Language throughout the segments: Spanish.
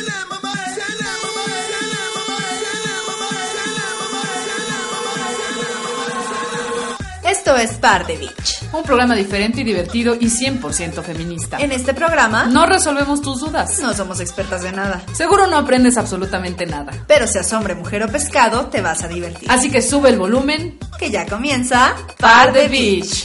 Esto es Par de Bitch, un programa diferente y divertido y 100% feminista. En este programa no resolvemos tus dudas. No somos expertas de nada. Seguro no aprendes absolutamente nada. Pero seas hombre, mujer o pescado, te vas a divertir. Así que sube el volumen, que ya comienza Par de Bitch.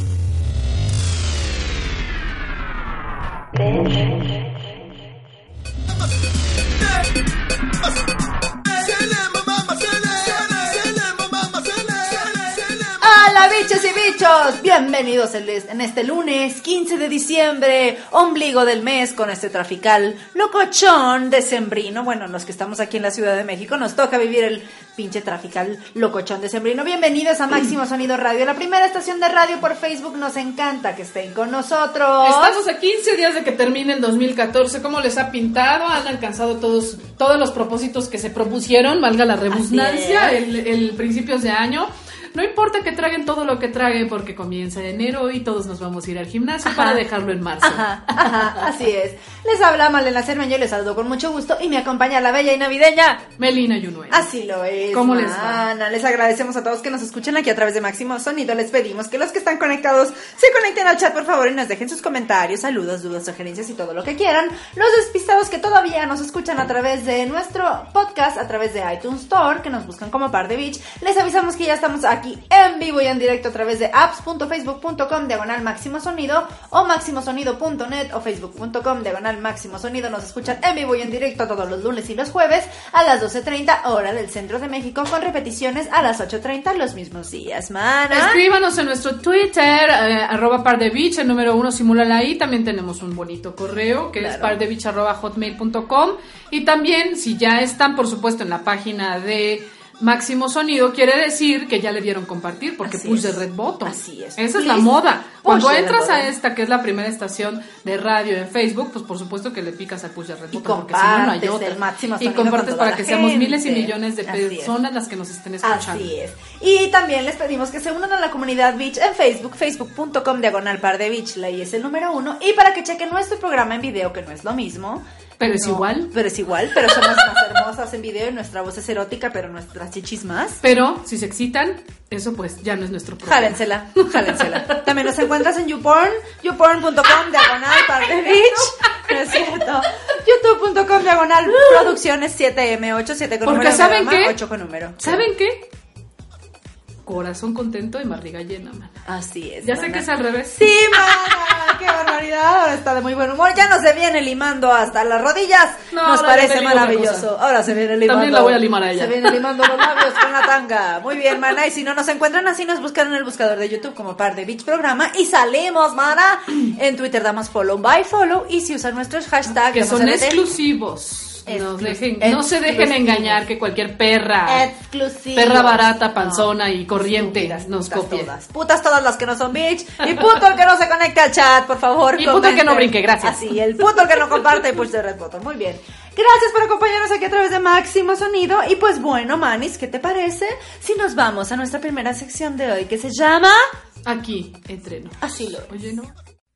Hola bichos y bichos, bienvenidos en este lunes 15 de diciembre, ombligo del mes con este trafical locochón decembrino. Bueno, los que estamos aquí en la Ciudad de México nos toca vivir el pinche trafical locochón decembrino. Bienvenidos a Máximo Sonido Radio, la primera estación de radio por Facebook. Nos encanta que estén con nosotros. Estamos a 15 días de que termine el 2014. ¿Cómo les ha pintado? ¿Han alcanzado todos los propósitos que se propusieron? Valga la redundancia, el principios de año. No importa que traguen todo lo que traguen porque comienza enero y todos nos vamos a ir al gimnasio para dejarlo en marzo. Así es. Les habla Malena Cermeño, les saludo con mucho gusto y me acompaña la bella y navideña Melina Yunue. Así lo es. ¿Cómo les va? Les agradecemos a todos que nos escuchen aquí a través de Máximo Sonido. Les pedimos que los que están conectados se conecten al chat, por favor, y nos dejen sus comentarios, saludos, dudas, sugerencias y todo lo que quieran. Los despistados que todavía nos escuchan a través de nuestro podcast, a través de iTunes Store, que nos buscan como Par de Bitch, les avisamos que ya estamos aquí en vivo y en directo a través de apps.facebook.com/Máximo Sonido o maximosonido.net o facebook.com/Máximo Sonido. Nos escuchan en vivo y en directo todos los lunes y los jueves a las 12:30 hora del centro de México, con repeticiones a las 8:30 los mismos días, mana. Escríbanos en nuestro Twitter, @pardebitch, el número 1, simúlala ahí. También tenemos un bonito correo que es pardebitch@hotmail.com. Y también, si ya están, por supuesto, en la página de Máximo Sonido, quiere decir que ya le dieron compartir, porque así push es. the red button. Así es. Esa es la moda. Cuando Push entras the red a esta, que es la primera estación de radio en Facebook, pues por supuesto que le picas al push the red Y button, porque si no, no hay compartes otra. el Máximo Y Sonido compartes con para toda que la seamos gente. miles y millones de Así personas las que nos estén escuchando. Así es. Y también les pedimos que se unan a la comunidad Bitch en Facebook, facebook.com/Par de Bitch, la I es el número 1, y para que chequen nuestro programa en video, que no es lo mismo. Pero es igual. Pero es igual, pero somos más hermosas en video y nuestra voz es erótica, pero nuestras chichis más. Pero si se excitan, eso pues ya no es nuestro problema. Jálensela. También nos encuentras en YouPorn, youporn.com/Par de Bitch. No es cierto. youtube.com/Producciones 7M8, 7 con Porque número, ¿saben qué? 8 con número. ¿Saben qué? Corazón contento y barriga llena, man. Así es. Ya mana. sé que es al revés. Sí, mana, qué barbaridad. Ahora está de muy buen humor. Ya no se viene limando hasta las rodillas. No, nos ahora parece le digo otra maravilloso. cosa. Ahora se viene limando. También la voy a limar a ella. Se viene limando los labios con la tanga. Muy bien, mana. Y si no nos encuentran así, nos buscan en el buscador de YouTube como Par de Bitch Programa y salimos, mana. En Twitter damos follow by follow y si usan nuestros hashtags Que son LT, exclusivos. No se dejen engañar que cualquier perra barata, panzona y corriente nos copie. Putas todas las que no son bitch. Y puto el que no se conecte al chat, por favor. Y puto el que no brinque, gracias. Así, el puto el que no comparte y push the red button. Muy bien. Gracias por acompañarnos aquí a través de Máximo Sonido. Y pues bueno, manis, ¿qué te parece si nos vamos a nuestra primera sección de hoy que se llama Aquí, entreno? Así lo es. Oye, ¿no?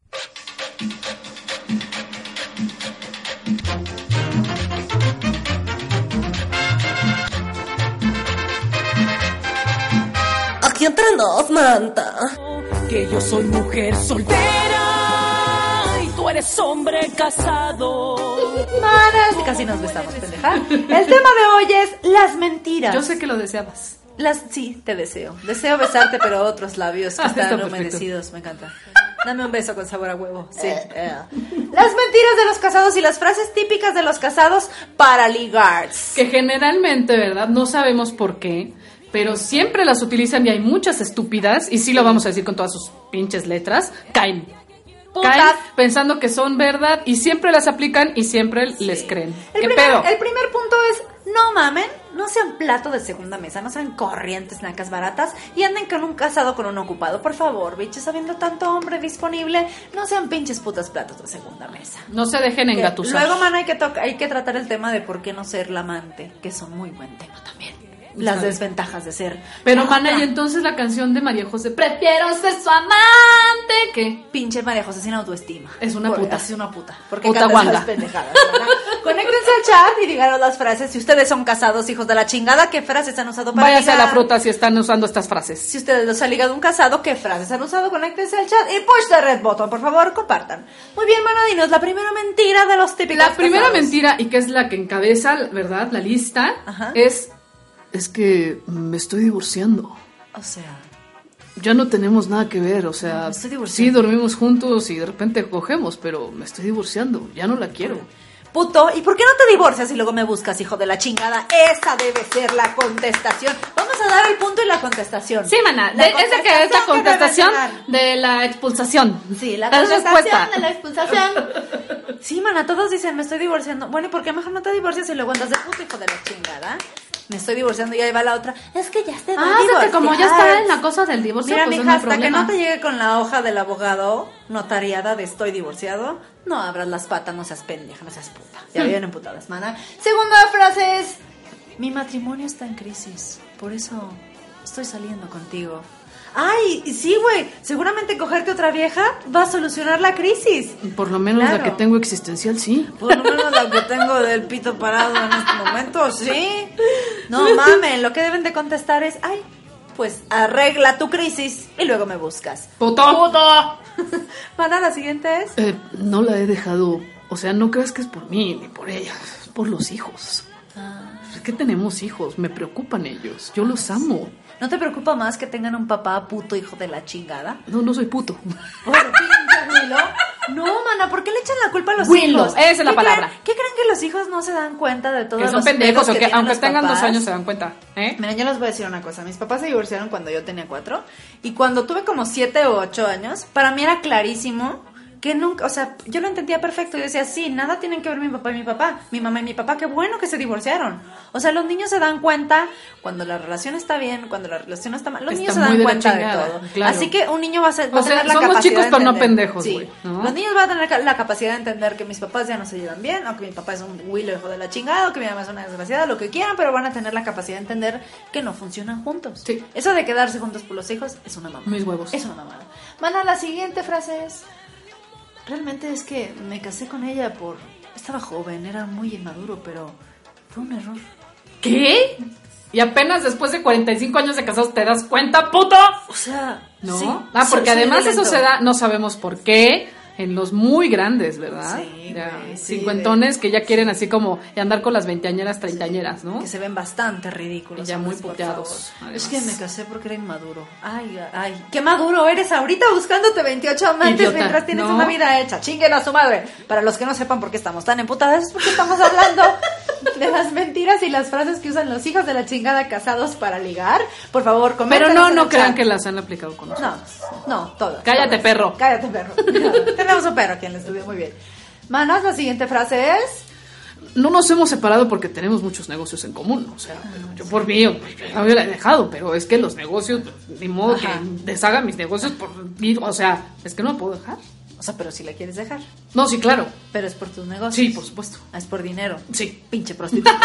Aquí entre nos, manta. Que yo soy mujer soltera y tú eres hombre casado. Manas, casi nos besamos, pendeja. El tema de hoy es las mentiras. Yo sé que lo deseabas. Sí, te deseo. Deseo besarte, pero otros labios que Está están perfecto. humedecidos. Me encanta. Dame un beso con sabor a huevo. Sí. Las mentiras de los casados y las frases típicas de los casados para ligar. Que generalmente, ¿verdad? No sabemos por qué, pero siempre las utilizan y hay muchas estúpidas, y sí lo vamos a decir con todas sus pinches letras, caen pensando que son verdad y siempre las aplican y siempre les creen. ¿Qué pedo? El primer punto es, no mamen, no sean plato de segunda mesa, no sean corrientes nacas baratas y anden con un casado con un ocupado. Por favor, bichos, habiendo tanto hombre disponible, no sean pinches putas platos de segunda mesa. No se dejen engatusar. Luego, man, hay que tratar el tema de por qué no ser la amante, que es un muy buen tema también. las desventajas de ser. Pero, mana, y entonces la canción de María José, prefiero ser su amante, ¿qué? Pinche María José sin autoestima. Es una puta. Es una puta. Porque Puta canta guanga. esas pendejadas, ¿verdad? Conéctense al chat y díganos las frases. Si ustedes son casados, hijos de la chingada, ¿qué frases han usado para Váyase a ligar? la fruta si están usando estas frases. Si ustedes los ha ligado un casado, ¿qué frases han usado? Conéctense al chat y push the red button, por favor, compartan. Muy bien, mana, dinos la primera mentira de los típicos La primera casados. mentira, y que es la que encabeza, ¿verdad? La lista, Ajá. es que me estoy divorciando. O sea, Ya no tenemos nada que ver, o sea, Me estoy sí divorciando. dormimos juntos y de repente cogemos, pero me estoy divorciando, ya no la quiero. puto, ¿y por qué no te divorcias y luego me buscas, hijo de la chingada? Esa debe ser la contestación. Vamos a dar el punto y la contestación. Sí, mana, La esa que es la contestación que debe de la expulsación. Sí, la Es contestación respuesta. de la expulsación. Sí, mana, todos dicen, me estoy divorciando. Bueno, ¿y por qué mejor no te divorcias y luego andas de puto, hijo de la chingada? Me estoy divorciando y ahí va la otra. Es que ya te va a O sea divorciar. que como ya está en la cosa del divorcio, Mira, pues mija, no hay hasta que problema. no te llegue con la hoja del abogado notariada de estoy divorciado, no abras las patas, no seas pendeja, no seas puta. Ya vienen emputadas, mana. Segunda frase es, mi matrimonio está en crisis, por eso estoy saliendo contigo. Ay, sí, güey, seguramente cogerte otra vieja va a solucionar la crisis. Por lo menos Claro. la que tengo existencial, sí. Por lo menos la que tengo del pito parado en este momento, sí. No mames, lo que deben de contestar es, ay, pues arregla tu crisis y luego me buscas. ¡Puto! Para la siguiente es, No la he dejado, o sea, no creas que es por mí ni por ella, es por los hijos. Es que tenemos hijos, me preocupan ellos, yo los amo. ¿no te preocupa más que tengan un papá puto hijo de la chingada? No soy puto. Por pinche Willow. No, mana, ¿por qué le echan la culpa a los Willow, hijos? esa es la ¿Qué palabra. ¿Qué creen que los hijos no se dan cuenta de todos Que son los pendejos pedos o que tienen aunque los tengan 2 papás? años se dan cuenta, ¿eh? Miren, yo les voy a decir una cosa. Mis papás se divorciaron cuando yo tenía 4. Y cuando tuve como 7 o 8 años, para mí era clarísimo que nunca, o sea, yo lo entendía perfecto. Yo decía, sí, nada tienen que ver mi papá y mi papá. Mi mamá y mi papá, qué bueno que se divorciaron. O sea, los niños se dan cuenta cuando la relación está bien, cuando la relación está mal. Los Está niños se muy dan de la cuenta de chingada, todo. claro. Así que un niño va a O sea, tener la somos capacidad chicos, de pero no entender. pendejos, Sí. güey, ¿no? Los niños van a tener la capacidad de entender que mis papás ya no se llevan bien, o que mi papá es un Willow hijo de la chingada, o que mi mamá es una desgraciada, lo que quieran, pero van a tener la capacidad de entender que no funcionan juntos. Sí. Eso de quedarse juntos por los hijos es una mamada. Mis huevos. Es una mamada. Mana, la siguiente frase es, realmente es que me casé con ella por... Estaba joven, era muy inmaduro, pero fue un error. ¿Qué? Y apenas después de 45 años de casados te das cuenta, puto. O sea, ¿No? sí, Porque soy además violento. eso se da, no sabemos por qué, en los muy grandes, ¿verdad? Sí, Ya, güey, sí, cincuentones que ya quieren así como andar con las veinteañeras, treintañeras, ¿no? Que se ven bastante ridículos. Y ya muy hombres, por puteados, favor. además. Es que me casé porque era inmaduro. Ay, ay, qué maduro eres ahorita buscándote 28 amantes Idiota, mientras tienes ¿no? una vida hecha. Chinguen a su madre. Para los que no sepan por qué estamos tan emputadas, es porque estamos hablando de las mentiras y las frases que usan los hijos de la chingada casados para ligar. Por favor, Pero coméntenos en no el crean chat. que las han aplicado con nosotros. No, todas. Cállate, todas. perro. Cállate, perro. Tenemos un perro aquí en el estudio, muy bien. Manos, la siguiente frase es... No nos hemos separado porque tenemos muchos negocios en común, o sea, yo por mí yo había dejado, pero es que los negocios, ni modo Ajá. que deshaga mis negocios por mí, o sea, es que no me puedo dejar. O sea, pero si la quieres dejar. No, sí, claro, Pero es por tus negocios. sí, por supuesto, Es por dinero. sí. Pinche prostituta.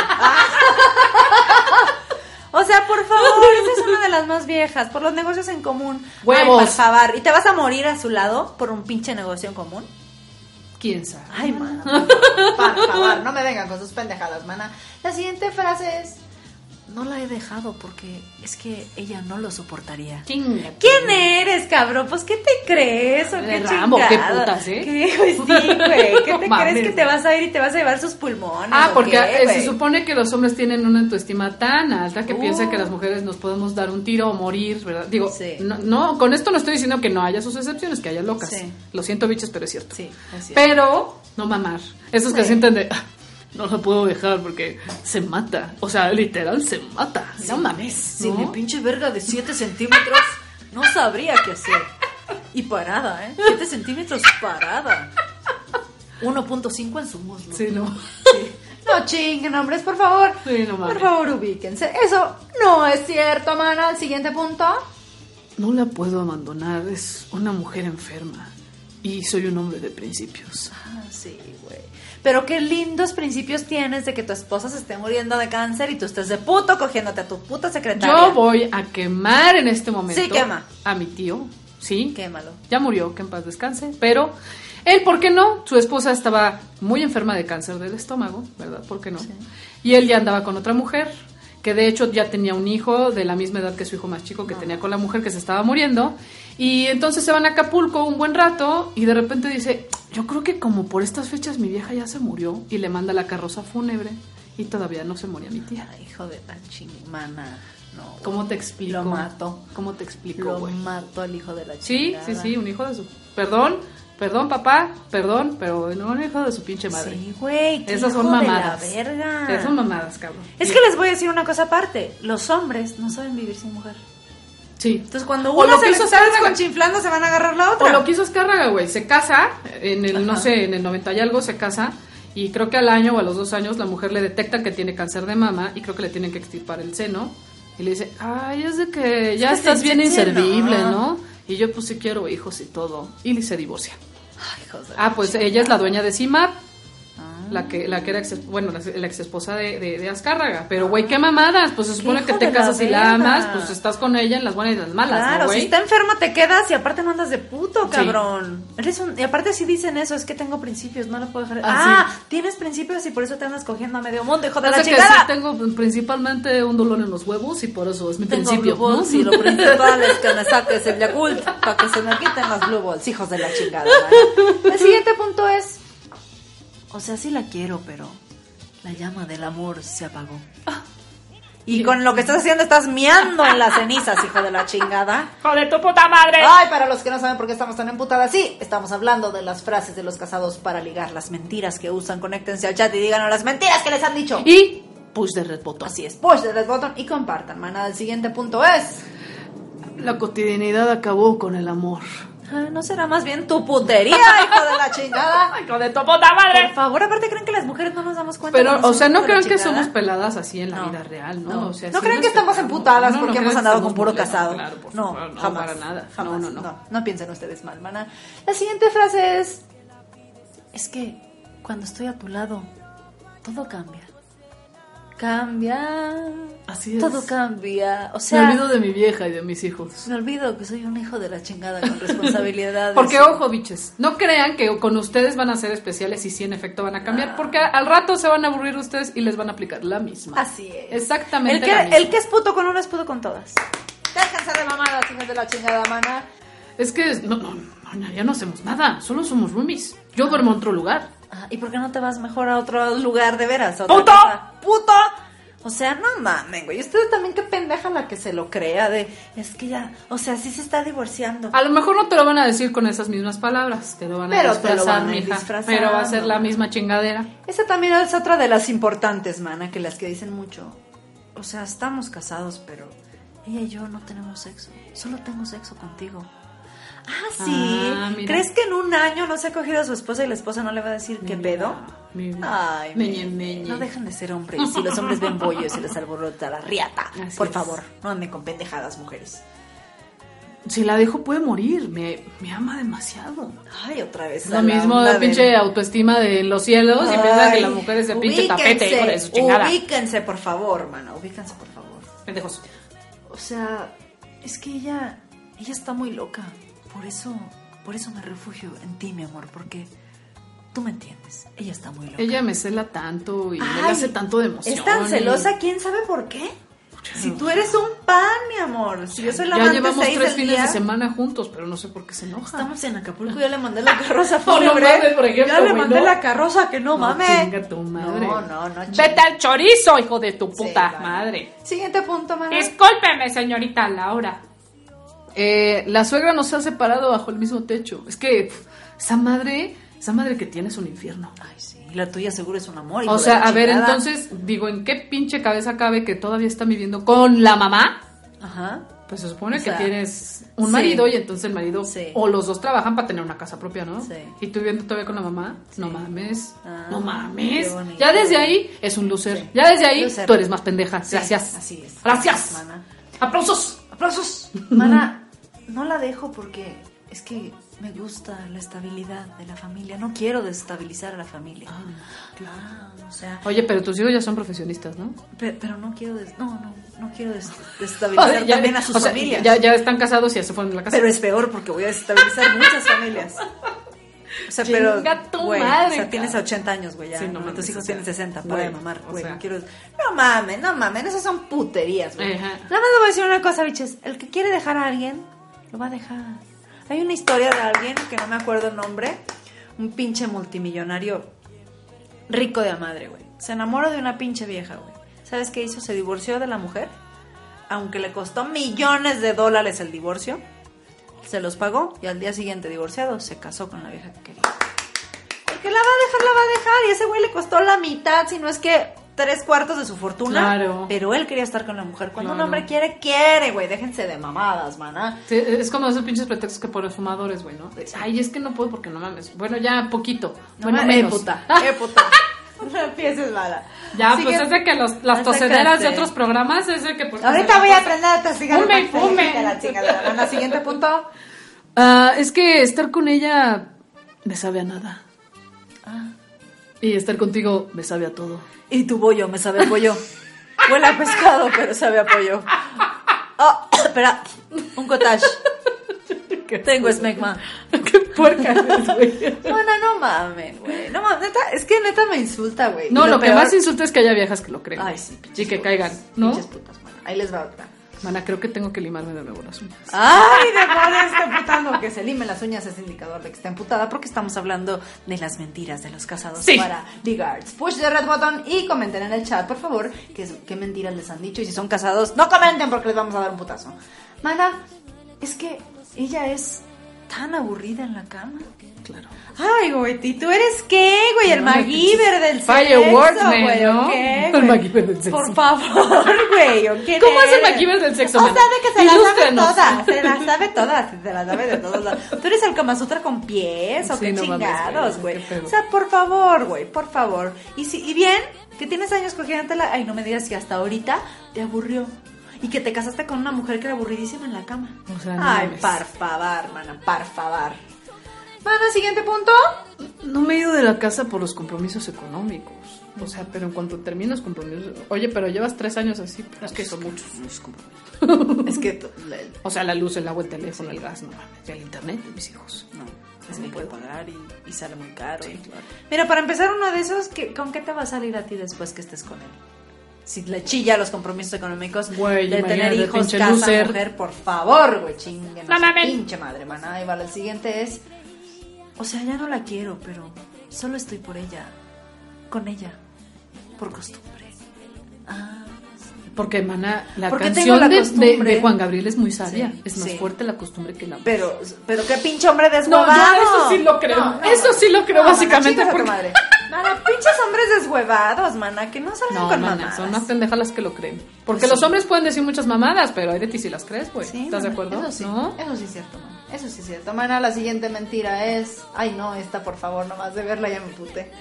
O sea, por favor, esa es una de las más viejas. Por los negocios en común. Huevos. Ay, por favor. ¿Y te vas a morir a su lado por un pinche negocio en común? ¿Quién sabe? Ay, mana. Por favor, no me vengan con sus pendejadas, mana. La siguiente frase es... No la he dejado porque es que ella no lo soportaría. Chinga. ¿Quién eres, cabrón? Pues, ¿qué te crees? ¿O qué Rambo, qué chingada? putas, ¿eh? ¿Qué, güey? Sí, güey. ¿Qué No te mames, crees que te vas a ir y te vas a llevar sus pulmones? Ah, o porque qué, se güey? supone que los hombres tienen una autoestima tan alta que piensan que Uh. las mujeres nos podemos dar un tiro o morir, ¿verdad? Digo, Sí. no, con esto no estoy diciendo que no haya sus excepciones, que haya locas. Sí. Lo siento, bichos, pero es cierto. Sí, es cierto. Pero no mamar. Esos que Sí. sienten de no lo puedo dejar porque se mata. O sea, literal se mata. No mames. Si ¿no? mi pinche verga de 7 centímetros no sabría qué hacer. Y parada, ¿eh? 7 centímetros parada. 1.5 en su muslo. Sí, no. Sí. No chinguen, hombres, por favor. Sí, no mames. Por favor, ubíquense. Eso no es cierto, mana. El siguiente punto. No la puedo abandonar. Es una mujer enferma. Y soy un hombre de principios. Ah, sí, güey. Pero qué lindos principios tienes de que tu esposa se esté muriendo de cáncer y tú estés de puto cogiéndote a tu puta secretaria. Yo voy a quemar en este momento. Sí, quema. A mi tío. Sí. Quémalo. Ya murió, que en paz descanse. Pero él, ¿por qué no? Su esposa estaba muy enferma de cáncer del estómago, ¿verdad? ¿Por qué no? Sí. Y él ya andaba con otra mujer, que de hecho ya tenía un hijo de la misma edad que su hijo más chico, que tenía con la mujer que se estaba muriendo. Y entonces se van a Acapulco un buen rato y de repente dice, yo creo que como por estas fechas mi vieja ya se murió, y le manda la carroza fúnebre y todavía no se moría mi tía. Ay, hijo de la chingmana. No. ¿Cómo te explico? Lo mato. ¿Cómo te explico, Lo güey? mato al hijo de la Sí, chingada. sí, un hijo de su... Perdón, papá, perdón, pero no, un hijo de su pinche madre. Sí, güey, qué Esas son hijo mamadas. de la verga. Esas son mamadas, cabrón. Es que les voy a decir una cosa aparte. Los hombres no saben vivir sin mujer. Sí. Entonces cuando O uno lo se que les hizo está Azcárraga. desconchinflando, se van a agarrar la otra. O lo que hizo Azcárraga, güey, se casa, en el, Ajá. no sé, en el 90 y algo se casa, y creo que al año o a los 2 años la mujer le detecta que tiene cáncer de mama, y creo que le tienen que extirpar el seno, y le dice, ay, es de que ya Es que estás sí, bien sí, inservible, no. ¿no? Y yo pues sí quiero hijos y todo, y se divorcia. Ay, hijos de Ah, pues ella es la dueña de CIMAP, Ah. la que era la ex esposa de Azcárraga. Pero, güey, qué mamadas. Pues se supone Hijo que de te la casas y la verga. amas, pues estás con ella en las buenas y las malas, Claro, ¿no, güey? si está enferma te quedas y aparte no andas de puto, Sí. cabrón. Y aparte si dicen eso, es que tengo principios, no lo puedo dejar. Ah, Ah, tienes principios y por eso te andas cogiendo a medio mundo, hijo de No la sé que chingada. sí tengo principalmente un dolor en los huevos y por eso es mi Tengo principio, blue balls ¿no? y lo principal es que me saques el Yakult para que se me quiten las blue balls, hijos de la chingada. ¿Vale? El siguiente punto es, o sea, sí la quiero, pero la llama del amor se apagó. Y con lo que estás haciendo estás miando en las cenizas, hijo de la chingada. ¡Joder, tu puta madre! Ay, para los que no saben por qué estamos tan emputadas, sí, estamos hablando de las frases de los casados para ligar, las mentiras que usan. Conéctense al chat y díganos las mentiras que les han dicho. Y push de red button. Así es, push the red button y compartan, manada. El siguiente punto es... La cotidianidad acabó con el amor. ¿no será más bien tu putería, hijo de la chingada? ¡Ay, joder, tu puta madre! Por favor, aparte creen que las mujeres no nos damos cuenta. Pero, que o sea, no somos hijos crean de que la chingada? somos peladas así en la No, vida real, ¿no? no. O sea, No sí crean que estamos respetamos. emputadas No, porque no hemos crean que andado estamos con puro molestas, casado. Claro, por No, favor, no, jamás. para nada. Jamás. No. No piensen ustedes mal, mana. La siguiente frase es que cuando estoy a tu lado, todo cambia. Cambia. Así es. Todo cambia. O Me sea, olvido de mi vieja y de mis hijos. me olvido que soy un hijo de la chingada con responsabilidades. Porque, ojo, biches, no crean que con ustedes van a ser especiales y sí, en efecto, van a cambiar. Porque al rato se van a aburrir ustedes y les van a aplicar la misma. Así es. Exactamente la misma. El que es puto con uno es puto con todas. Déjense de mamadas, hijos de la chingada, mana. Es que no, ya no hacemos nada. Solo somos roomies. Yo duermo en otro lugar. Ah, ¿y por qué no te vas mejor a otro lugar de veras? A otra ¡Puto! casa? ¡Puto! O sea, no mamen, güey. Ustedes también qué pendeja la que se lo crea de... Es que ya... O sea, sí se está divorciando. A lo mejor no te lo van a decir con esas mismas palabras. Te lo van a Pero te lo disfrazar, van a ir mija. disfrazando. Pero va a ser la misma chingadera. Esa también es otra de las importantes, mana, que las que dicen mucho. O sea, estamos casados, pero ella y yo no tenemos sexo. Solo tengo sexo contigo. Ah, sí. Ah, mira. ¿Crees que en un año no se ha cogido a su esposa y la esposa no le va a decir qué pedo? Mira. Ay, Meñe. no dejan de ser hombres. Si los hombres ven bollos y les alborota la riata. Así Por es. favor, no anden con pendejadas, mujeres. Si la dejo puede morir. Me ama demasiado. Ay, otra vez. Es lo mismo de pinche autoestima de los cielos y piensa que la mujer es de pinche tapete, hijo de su chingada. Ubíquense, por favor, mano. Ubíquense, por favor. Pendejos. O sea, es que ella está muy loca. Por eso me refugio en ti, mi amor, porque tú me entiendes. Ella está muy loca. Ella me cela tanto y me Ay, hace tanto de emoción. Es tan y- celosa, ¿quién sabe por qué? Si tú eres un pan, mi amor. Si yo soy la Ya amante llevamos 6 3 del fines día. de semana juntos, pero no sé por qué se enoja. Estamos en Acapulco, ya le mandé la carroza No, no fúnebre. mames, por ejemplo, ya le güey, mandé ¿no? la carroza, que no mames. Chinga tu madre. No, Vete al chorizo, hijo de tu Sí, puta vale. madre. Siguiente punto, mana. Discúlpeme, señorita Laura. La suegra nos ha separado bajo el mismo techo. Es que esa madre que tiene es un infierno. Ay, sí. La tuya seguro es un amor. hijo O de sea, la a ver, chingada. entonces, digo, ¿en qué pinche cabeza cabe que todavía está viviendo con la mamá? Ajá. Pues se supone O sea, que tienes un sí. marido y entonces el marido Sí. o los dos trabajan para tener una casa propia, ¿no? Sí. Y tú viviendo todavía con la mamá, no mames, Ah, no mames. qué bonito. Ya desde ahí es un loser. Sí. Ya desde ahí Loser. tú eres más pendeja. Sí, Gracias. así es. Gracias. Mana. Aplausos. ¡Aplausos! Mana, no la dejo porque es que me gusta la estabilidad de la familia. No quiero desestabilizar a la familia. Claro. O sea, Oye, pero tus hijos ya son profesionistas, ¿no? pero no quiero no quiero desestabilizar también a sus o sea, familias. Ya están casados y ya se fueron de la casa. Pero es peor porque voy a desestabilizar muchas familias. O sea, pero güey, madre, o sea, tienes 80 años, güey, ya. Sí, no ¿no? mames, Tus hijos o sea, tienen 60 para güey, de mamar, o güey. sea. No quiero. No mames, esas son puterías, güey. Ajá. Nada más le voy a decir una cosa, biches. El que quiere dejar a alguien, lo va a dejar. Hay una historia de alguien que no me acuerdo el nombre, un pinche multimillonario rico de a madre, güey. Se enamoró de una pinche vieja, güey. ¿Sabes qué hizo? Se divorció de la mujer, aunque le costó millones de dólares el divorcio. Se los pagó y al día siguiente, divorciado, se casó con la vieja que quería. Porque la va a dejar. Y ese güey le costó la mitad, si no es que 3/4 de su fortuna. Claro. Pero él quería estar con la mujer. Cuando un Claro. hombre quiere, güey. Déjense de mamadas, maná. Sí, es como esos pinches pretextos que ponen fumadores, güey, ¿no? Ay, es que no puedo porque no mames. Bueno, ya poquito. Bueno, menos. puta. No empieces mala. Ya, Sigue- pues es de que las tosederas de otros programas es de que... Pues, Ahorita voy a aprender a tosigar. Fume. La chingada. Ana, siguiente punto. Es que estar con ella me sabe a nada. Y estar contigo me sabe a todo. Y tu bollo, me sabe a pollo. Huele a pescado, pero sabe a pollo. Oh, espera, un cottage. Tengo esmegma. Qué puerca eres, güey. Bueno, no mames, güey. No mames, neta, es que neta me insulta, güey. No, Y lo que peor- más insulta es que haya viejas que lo creen. Ay, güey. sí, Y que caigan, ¿no? Pinches putas, man. Ahí les va otra. Mana, creo que tengo que limarme de nuevo las uñas. Ay, de está emputando. Que se limen las uñas es indicador de que está emputada, porque estamos hablando de las mentiras de los casados Sí. para Big Arts. Push the red button y comenten en el chat, por favor, qué mentiras les han dicho. Y si son casados, no comenten porque les vamos a dar un putazo. Mana, es que ella es tan aburrida en la cama. Claro. Ay, güey, ¿y tú eres qué, güey? El No, MacGyver del sexo, Fireworks, man, güey, ¿no? ¿o qué, El güey? MacGyver del sexo. Por favor, güey, ¿o qué ¿Cómo es el eres? MacGyver del sexo, O man? sea, de que se las sabe Ilústrenos. todas, se las sabe de todos lados. ¿Tú eres el Kama Sutra con pies o Sí, qué no mames, chingados, güey, güey? qué pedo. O sea, por favor, güey, por favor. Y bien, que tienes años cogiéndotela, ay, no me digas que hasta ahorita te aburrió. Y que te casaste con una mujer que era aburridísima en la cama. O sea, no ay, mames. por favor, mana, por favor. Mana, siguiente punto. No me he ido de la casa por los compromisos económicos. O sea, pero en cuanto termino los compromisos... Oye, pero llevas 3 años así. Pero es que son muchos compromisos. Es que O sea, la luz, el agua, el teléfono, el gas, no mames. Y el internet de mis hijos. no, es que puede pagar y sale muy caro. Sí, claro. Mira, para empezar, uno de esos, ¿con qué te va a salir a ti después que estés con él? Si le chilla los compromisos económicos Güey, de tener imagínate, hijos, pinche casa, loser. mujer, por favor, güey, chinguen. No mames. Pinche madre, mana. Ahí va, el siguiente es, o sea, ya no la quiero, pero solo estoy por ella, con ella, por costumbre. Ah, Porque, mana, la Porque tengo canción la de costumbre. de Juan Gabriel es muy sabia. Sí, es más sí. fuerte la costumbre que la... pero qué pinche hombre No, deshuevado. yo eso sí lo creo. Eso sí lo creo, mana, básicamente, chingas a tu porque- madre. Mana, pinches hombres deshuevados, mana, que no salgan No, con mana, mamadas. son más pendejas las que lo creen. Porque Pues los sí. hombres pueden decir muchas mamadas, pero hay de ti si las crees, güey. Sí, ¿Estás de mana, acuerdo? Eso sí, ¿No? eso sí es cierto, mana. Eso sí es cierto. Mana, la siguiente mentira es... Ay, no, esta, por favor, nomás de verla ya me puté.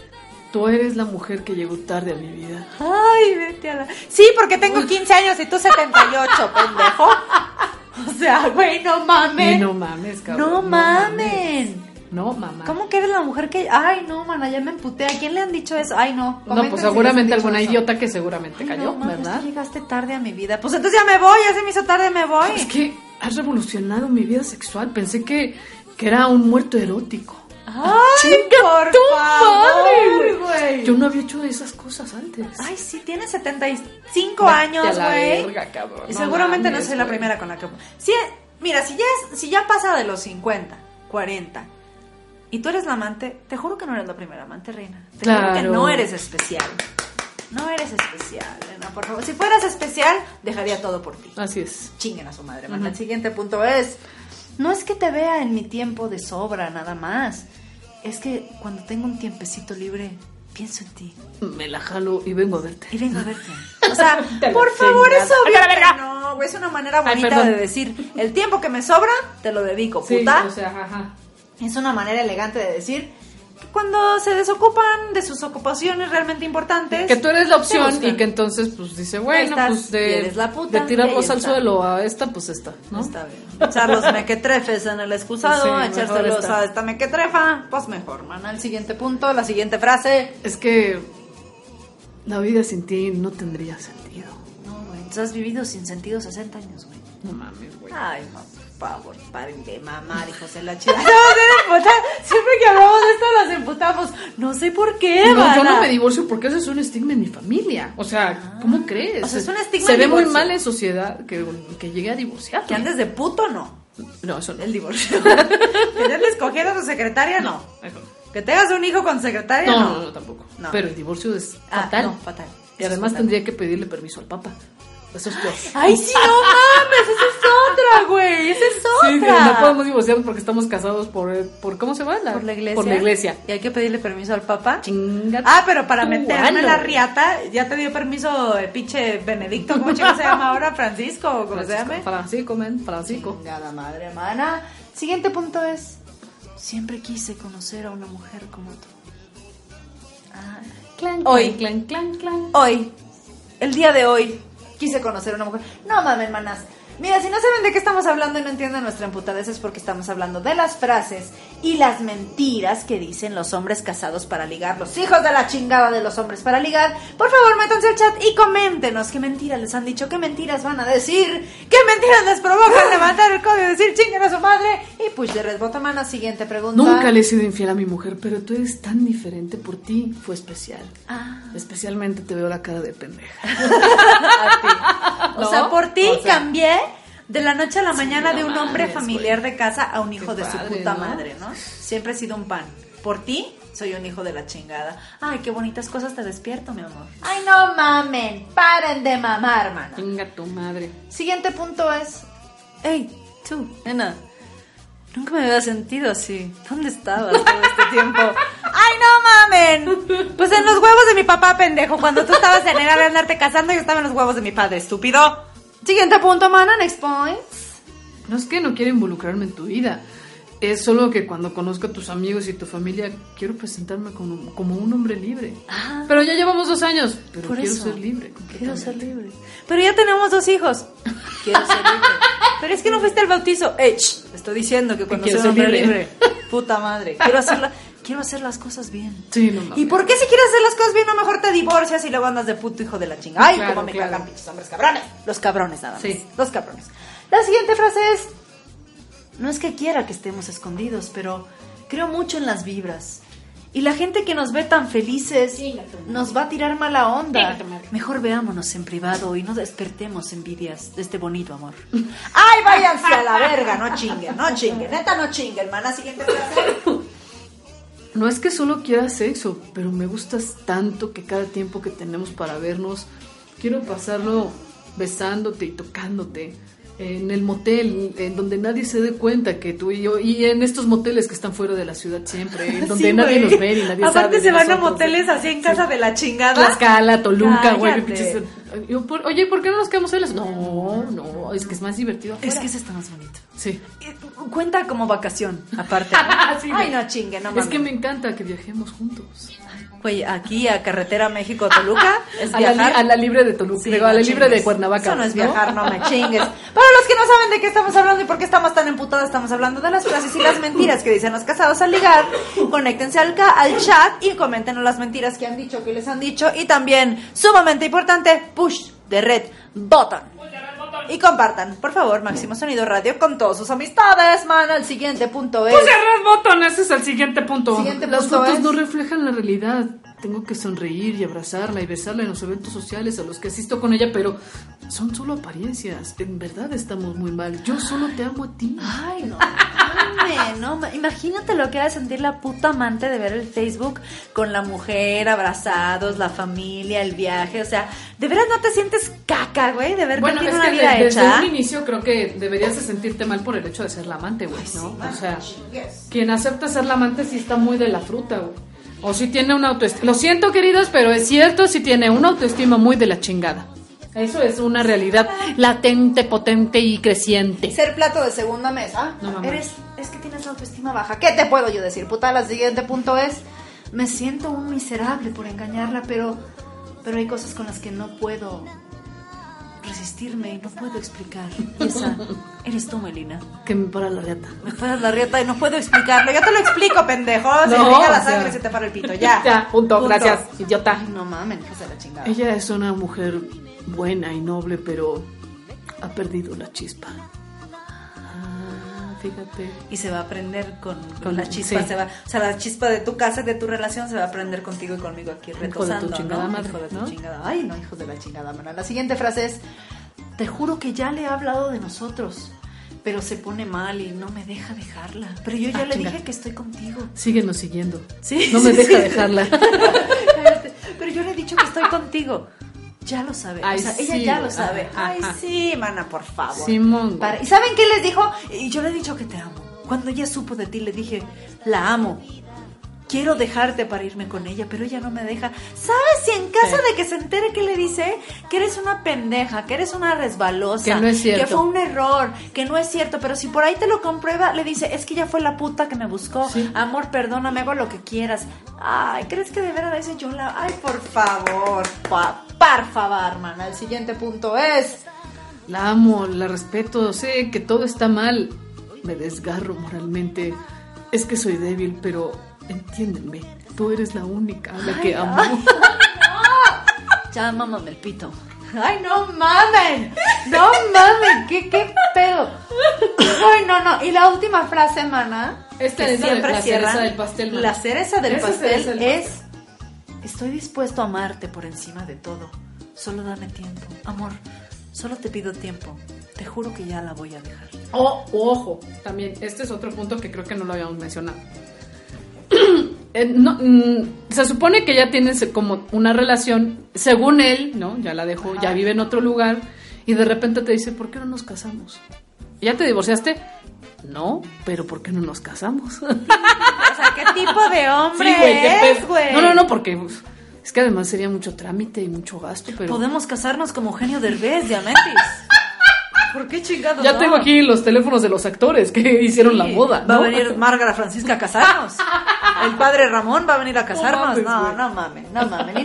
Tú eres la mujer que llegó tarde a mi vida. Ay, vete a la... Sí, porque tengo 15 años y tú 78, pendejo. O sea, güey, no mames. No mames, cabrón. No mamen. No, mamá. ¿Cómo que eres la mujer que... Ay, no, mana, ya me emputé. ¿A quién le han dicho eso? Ay, no. No, Comenten pues si les seguramente han dicho alguna eso. idiota que seguramente Ay, cayó, no, mames, ¿verdad? tú llegaste tarde a mi vida. Pues entonces ya me voy, ya se me hizo tarde, me voy. Es que has revolucionado mi vida sexual. Pensé que era un muerto erótico. Ay, ¡Chinga por tu favor, madre, güey. Yo no había hecho esas cosas antes. Ay, sí, tienes 75 Vete años, a la güey. verga, cabrón. Y No seguramente no mames, soy la güey. primera con la que... Sí, mira, si ya pasa de los 50, 40, y tú eres la amante, te juro que no eres la primera amante, reina. Te juro que Claro. no eres especial. No eres especial, reina, por favor. Si fueras especial, dejaría todo por ti. Así es. Chinguen a su madre, man. El siguiente punto es... No es que te vea en mi tiempo de sobra, nada más. Es que cuando tengo un tiempecito libre, pienso en ti. Me la jalo y vengo a verte. Y vengo a verte. O sea, Te la por favor, chingada. es obvio ¡A la verga! que no, güey. Es una manera Ay, bonita perdón. de decir, el tiempo que me sobra, te lo dedico, Sí, puta. o sea, ajá. Es una manera elegante de decir, cuando se desocupan de sus ocupaciones realmente importantes, que tú eres la opción buscan. y que entonces pues dice, bueno, Estás, pues y eres la puta, de tirarlos y ahí al está. suelo a esta, pues esta, ¿no? Está bien. Echar los mequetrefes en el excusado, Sí, mejor echárselos está. a esta mequetrefa, pues mejor, mana. El siguiente punto, la siguiente frase. Es que la vida sin ti no tendría sentido. No, güey, tú has vivido sin sentido 60 años, güey. No mames, güey. Ay, por favor, paren de mamar, hijos de la chica. Siempre que hablamos de esto nos emputamos. No sé por qué, No, yo mana. no me divorcio porque eso es un estigma en mi familia. O sea, ¿cómo crees? O sea, es un estigma Se el ve muy divorcio. mal en sociedad que llegue a divorciar. Que andes de puto, no. No, eso no. El divorcio. Tenerle escogido a tu secretaria, no. Eso no. Que tengas un hijo con secretaria, No, no. no, no, tampoco. No. Pero el divorcio es Ah, fatal. no, fatal. Y además tendría que pedirle permiso al Papa. Eso es peor. Ay, sí, no mames, esa es otra, güey. Esa es Sí, otra. no podemos divorciarnos porque estamos casados por ¿cómo se llama? Por la iglesia. Por la iglesia. Y hay que pedirle permiso al Papa. Chinga. Ah, pero para tu meterme en ano. la riata, ya te dio permiso el pinche Benedicto, ¿cómo chico se llama ahora? Francisco, ¿o ¿cómo se llama? Francisco, men, Francisco. Chingada madre, mana. Siguiente punto es: siempre quise conocer a una mujer como tú. Ah. Clan, Hoy. clan, clan, clan. Hoy, el día de hoy, quise conocer a una mujer. No mames, manas. Mira, si no saben de qué estamos hablando y no entienden nuestra emputadez, es porque estamos hablando de las frases y las mentiras que dicen los hombres casados para ligar, los hijos de la chingada de los hombres para ligar. Por favor, métanse al chat y coméntenos qué mentiras les han dicho, qué mentiras van a decir, qué mentiras les provocan levantar el codo y decir chinguen a su madre. Y push de resbota, mana. Siguiente pregunta. Nunca le he sido infiel a mi mujer, pero tú eres tan diferente. Por ti fue especial. Ah. Especialmente te veo la cara de pendeja. A ti. O ¿No? sea, por ti O sea, cambié de la noche a la mañana no de un hombre mames, familiar de casa a un hijo Qué de su padre, puta ¿no? madre, ¿no? Siempre he sido un pan. Por ti soy un hijo de la chingada. Ay, qué bonitas cosas te despierto, mi amor. Ay, no mamen, paren de mamar, mana. Chinga tu madre. Siguiente punto es: hey, tú, nena, nunca me había sentido así. ¿Dónde estabas todo este tiempo? ¡Ay, no mamen! Pues en los huevos de mi papá, pendejo. Cuando tú estabas en edad de andarte casando, yo estaba en los huevos de mi padre, estúpido. Siguiente punto, mana, next point. No es que no quiera involucrarme en tu vida. Es solo que cuando conozco a tus amigos y tu familia, quiero presentarme como un hombre libre. Ah. Pero ya llevamos 2 años. Pero Por quiero eso. ser libre. Quiero ser completamente. libre. Pero ya tenemos 2 hijos. Quiero ser libre. Pero es que no fuiste al bautizo. Te estoy diciendo que cuando quiero sea un ser hombre libre. libre. Puta madre. Quiero hacer las cosas bien. Sí, no mames. ¿Y por qué si quieres hacer las cosas bien, no mejor te divorcias y luego andas de puto hijo de la chingada? Ay, Claro, cómo me claro. cagan pinches hombres cabrones. Los cabrones nada más. Sí. Los cabrones. La siguiente frase es: no es que quiera que estemos escondidos, pero creo mucho en las vibras. Y la gente que nos ve tan felices nos va a tirar mala onda. Mejor veámonos en privado y no despertemos envidias de este bonito amor. ¡Ay, váyanse a la verga! No chinguen, no chinguen. Neta, no chinguen, mana. Siguiente frase. No es que solo quiera sexo, pero me gustas tanto que cada tiempo que tenemos para vernos, quiero pasarlo besándote y tocándote. En el motel, en donde nadie se dé cuenta que tú y yo, y en estos moteles que están fuera de la ciudad siempre, en donde Sí, nadie güey. nos ve y nadie sabe. Aparte de se van a nosotros. moteles así en casa de la chingada. Tlaxcala, Toluca, güey. Cállate. pinches- Oye, ¿por qué no nos quedamos solas? No, es que es más divertido afuera. Es que ese está más bonito. Sí. Cuenta como vacación, aparte. ¿no? Sí, Ay, güey. no chingue, no Es mames. que me encanta que viajemos juntos. Güey, aquí a Carretera México-Toluca es A la, viajar. a la libre de Toluca, Sí, digo, a no la libre de chingues. Cuernavaca. Eso no es viajar, no me chingues. Para los que no saben de qué estamos hablando y por qué estamos tan emputados, estamos hablando de las frases y las mentiras que dicen los casados al ligar. Conéctense al chat y coméntenos las mentiras que han dicho, que les han dicho. Y también, sumamente importante, push de red button. Y compartan, por favor, Máximo Sonido Radio con todas sus amistades, man. El siguiente punto es... Pues cerrar botones, ese es el siguiente punto. Siguiente Las punto fotos es- no reflejan la realidad. Tengo que sonreír y abrazarla y besarla en los eventos sociales a los que asisto con ella, pero son solo apariencias. En verdad estamos muy mal. Yo solo te amo a ti. Ay, no, imagínate lo que va a sentir la puta amante de ver el Facebook con la mujer, abrazados, la familia, el viaje. O sea, ¿de veras no te sientes caca, güey? De ver Bueno, que es tiene una que vida desde hecha. un inicio creo que deberías de sentirte mal por el hecho de ser la amante, güey, ¿no? O sea, quien acepta ser la amante sí está muy de la fruta, güey. O sí tiene una autoestima. Lo siento, queridos, pero es cierto, sí tiene una autoestima muy de la chingada. Eso es una realidad latente, potente y creciente. Ser plato de segunda mesa. No, mamá. Es que tienes la autoestima baja. ¿Qué te puedo yo decir? Puta, el siguiente punto es, me siento un miserable por engañarla, pero hay cosas con las que no puedo resistirme y no puedo explicar. Y esa eres tú, Melina. Que me para la riata. Me paras la rieta y no puedo explicarlo. Yo te lo explico, pendejo. Se No, llega la o sea, sangre y se te para el pito. Ya. Ya, punto. Gracias, idiota. Ay, no mames, hijos de la chingada. Ella es una mujer buena y noble, pero ha perdido la chispa. Fíjate. Y se va a aprender con la chispa, sí. o sea, la chispa de tu casa, de tu relación, se va a aprender contigo y conmigo aquí retosando. Hijo de tu chingada ¿no? madre, Hijo de tu ¿no? chingada. Ay, no, hijos de la chingada, mana. La siguiente frase es, te juro que ya le he hablado de nosotros, pero se pone mal y no me deja dejarla. Pero yo ya le dije que estoy contigo. Síguenos siguiendo. Sí, No me sí, deja sí. dejarla. Cállate. Pero yo le he dicho que estoy contigo. Ya lo sabe. Ay, o sea, sí, ella ya lo sabe. ajá, Ay, ajá. sí, mana, por favor. Simón. ¿Y saben qué les dijo? Y yo le he dicho que te amo. Cuando ella supo de ti, le dije, la amo. Quiero dejarte para irme con ella, pero ella no me deja. ¿Sabes si en caso de que se entere que le dice? Que eres una pendeja, que eres una resbalosa. Que no es cierto. Que fue un error, que no es cierto. Pero si por ahí te lo comprueba, le dice, es que ella fue la puta que me buscó. Sí. Amor, perdóname, hago lo que quieras. Ay, ¿crees que de veras dice yo la... Ay, por favor, por favor, hermana. El siguiente punto es... La amo, la respeto, sé que todo está mal. Me desgarro moralmente. Es que soy débil, pero entiéndeme. Tú eres la única a la que amo. Ay, no. Ya, mámame el pito. Ay, no mamen. No mamen. ¿Qué pedo? Ay, no. Y la última frase, mana. Esta que es la siempre cereza cierran, del pastel, mana. La cereza del Esa pastel cereza del es... Estoy dispuesto a amarte por encima de todo. Solo dame tiempo. Amor, solo te pido tiempo. Te juro que ya la voy a dejar. Ojo, también, este es otro punto que creo que no lo habíamos mencionado. Se supone que ya tienes como una relación, según él, ¿no? Ya la dejó, ya vive en otro lugar, y de repente te dice, ¿por qué no nos casamos? ¿Ya te divorciaste? No, pero ¿por qué no nos casamos? O sea, ¿qué tipo de hombre Sí, güey, qué es, pedo. güey? No, porque pues, es que además sería mucho trámite y mucho gasto, pero... Podemos casarnos como Eugenio Derbez, Diamantis. ¿Por qué chingados Ya no? tengo aquí los teléfonos de los actores que hicieron la boda, ¿no? Va a venir Márgara Francisca a casarnos. El padre Ramón va a venir a casarnos. No mames. Y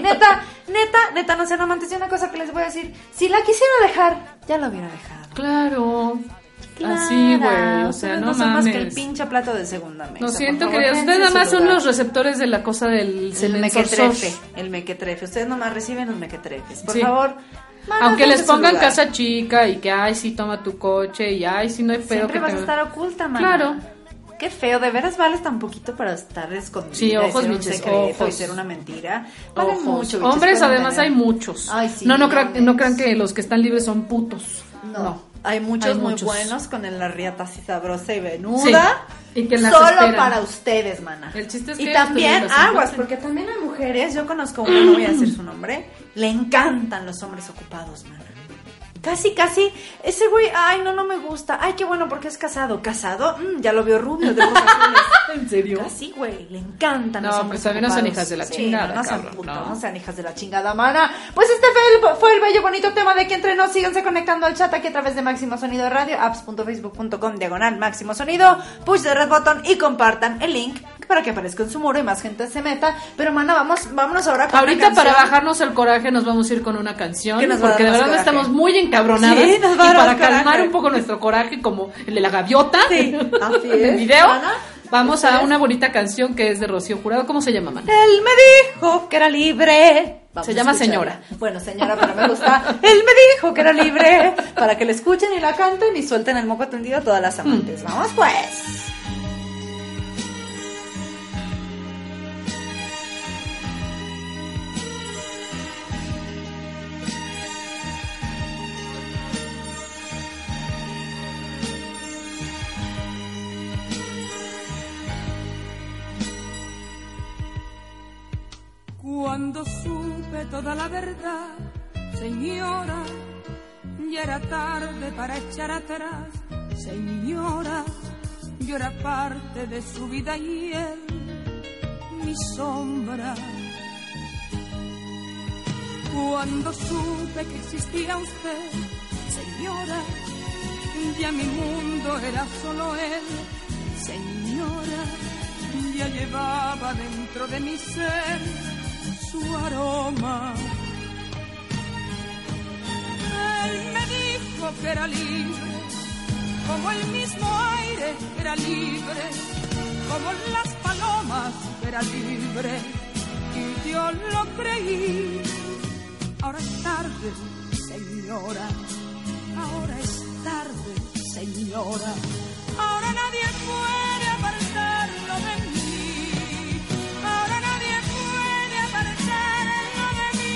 neta, no sean amantes. Y una cosa que les voy a decir: si la quisiera dejar, ya la hubiera dejado. Claro. Así, güey. O sea, ustedes no son más mames. que el pinche plato de segunda mesa. Lo siento, por favor, queridos. Ustedes nada dense más su son lugar. los receptores de la cosa del El semen mequetrefe. El mequetrefe. Ustedes nomás reciben los mequetrefes. Por Sí. favor. Mano, Aunque les dense su pongan lugar. casa chica y que, ay, sí, toma tu coche y, ay, sí, no hay pedo Siempre que vas te... a estar oculta, man. Claro. Qué feo, de veras vales tan poquito para estar escondida. Sí, ojos, y ser un biches, secreto y ojos. ser una mentira. Valen Ojos. mucho, biches, Hombres, pueden además, tener. hay muchos. Ay, sí, no mames. crean que los que están libres son putos. No. Hay muchos Hay muy muchos. buenos con la riata así sabrosa y venuda. Sí, y que las solo esperan. para ustedes, mana. El chiste es y que también estuvieron aguas, así. porque también hay mujeres, yo conozco una, no voy a decir su nombre, le encantan los hombres ocupados, mana. Casi, ese güey, ay, no me gusta. Ay, qué bueno, porque es casado. ¿Casado? Ya lo veo rubio, de ojos azules. ¿En serio? Casi, güey, le encantan No, los hombres pues también no son ocupados. hijas de la Sí, chingada, no sean cabrón, putas, no. no sean hijas de la chingada, mana. Pues este fue el bello, bonito tema de que entre nos. Síganse conectando al chat aquí a través de Máximo Sonido Radio, apps.facebook.com/Máximo Sonido, push de red button y compartan el link para que aparezca en su muro y más gente se meta. Pero, mana, vámonos ahora con Ahorita una canción. para bajarnos el coraje nos vamos a ir con una canción, Que nos va a porque de dar más verdad coraje. estamos muy encabronadas, Sí, nos va a y dar para más coraje. calmar un poco nuestro coraje, como el de la gaviota Sí, así en el es, video, mana. vamos Así a es. una bonita canción que es de Rocío Jurado. ¿Cómo se llama, man? Él me dijo que era libre. Vamos Se a llama escucharla. Señora. Bueno, señora, pero me gusta. Él me dijo que era libre. Para que la escuchen y la canten y suelten el moco tendido a todas las amantes. Vamos pues. Cuando supe toda la verdad, señora, ya era tarde para echar atrás. Señora, yo era parte de su vida y él, mi sombra. Cuando supe que existía usted, señora, ya mi mundo era solo él, señora, ya llevaba dentro de mi ser su aroma. Él me dijo que era libre, como el mismo aire que era libre, como las palomas que era libre, y yo lo creí. Ahora es tarde, señora, ahora es tarde, señora, ahora nadie puede apartarlo de mí, ahora nadie puede apartarlo de mí.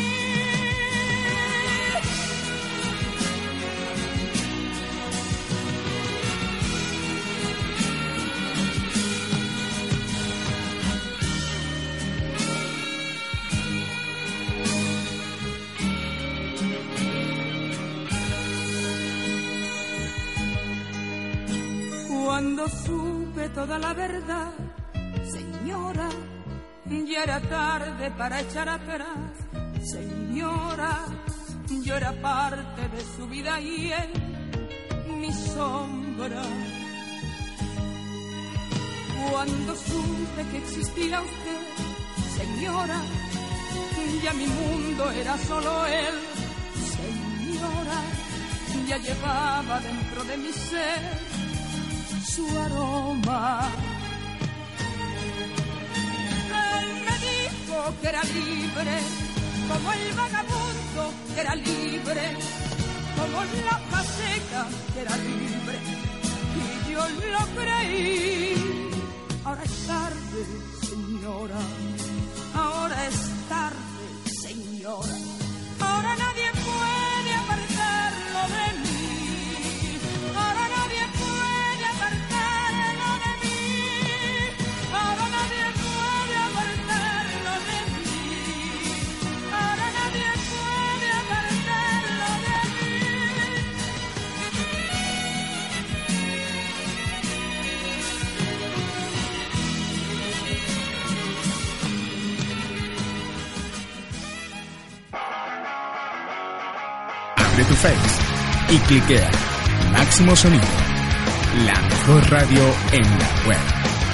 Cuando supe toda la verdad, señora, ya era tarde para echar atrás. Señora, yo era parte de su vida y él, mi sombra. Cuando supe que existía usted, señora, ya mi mundo era solo él. Señora, ya llevaba dentro de mi ser su aroma. Él me dijo que era libre, como el vagabundo que era libre, como la hoja seca que era libre, y yo lo creí. Ahora es tarde, señora, ahora es tarde, señora, ahora nadie puede apartarlo de mí, ahora nadie puede apartarlo de mí, ahora nadie puede apartarlo de mí, ahora nadie puede apartarlo de mí. Abre tu Face y cliquea Máximo Sonido, la mejor radio en la web.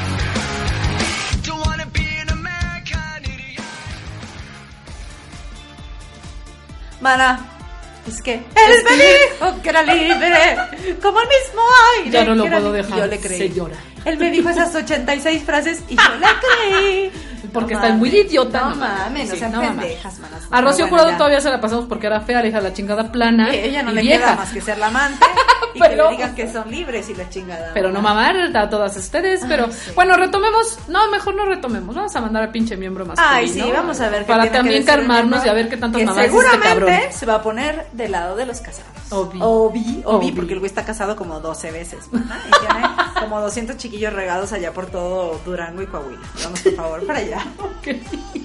Mana, es que él me dijo que era libre, como el mismo aire. Ya no lo que era puedo libre. dejar, Yo le creí. señora. Él me dijo esas 86 frases y yo le creí. Porque No está muy mames. idiota. No mames, no Sí, sean no mames. pendejas, manas. A Rocío Pero Jurado ya. todavía se la pasamos porque era fea, le hija la chingada plana. Ella no y le vieja. queda más que ser la amante y que Pero- le digan que son libres y la chingada. Pero no mamar a todas ustedes. Pero sí. bueno, retomemos. No, mejor no retomemos. Vamos a mandar al pinche miembro masculino. Ay, sí, vamos a ver qué para tiene que también decir el calmarnos miembro, y a ver qué tantas que mamadas dice este cabrón. seguramente se va a poner del lado de los casados. Obi. Porque el güey está casado como 12 veces. Ajá, y tiene como 200 chiquillos regados allá por todo Durango y Coahuila. Vamos, por favor, para allá. Ok.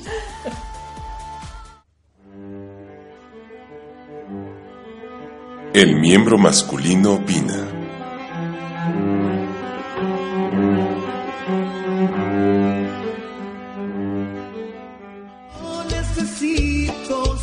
El miembro masculino opina. Necesito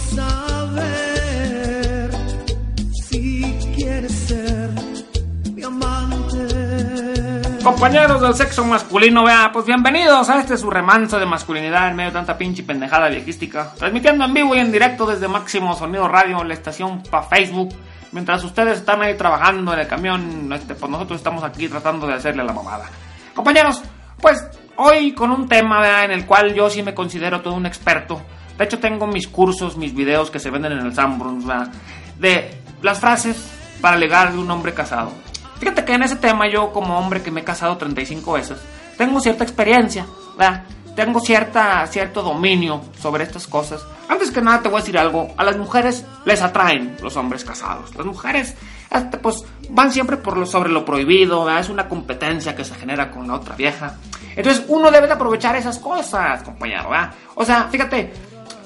saber si quieres ser mi amante. Compañeros del sexo masculino, vea, pues bienvenidos a este su remanso de masculinidad en medio de tanta pinche pendejada viejística. Transmitiendo en vivo y en directo desde Máximo Sonido Radio, la estación pa' Facebook. Mientras ustedes están ahí trabajando en el camión, pues nosotros estamos aquí tratando de hacerle la mamada. Compañeros, pues hoy con un tema, ¿verdad?, en el cual yo sí me considero todo un experto. De hecho tengo mis cursos, mis videos que se venden en el Sanborns, ¿verdad?, de las frases para ligar de un hombre casado. Fíjate que en ese tema yo, como hombre que me he casado 35 veces, tengo cierta experiencia, ¿verdad? Tengo cierto dominio sobre estas cosas. Antes que nada te voy a decir algo. A las mujeres les atraen los hombres casados. Las mujeres pues van siempre sobre lo prohibido, ¿verdad? Es una competencia que se genera con la otra vieja. Entonces uno debe de aprovechar esas cosas, compañero, ¿verdad? O sea, fíjate,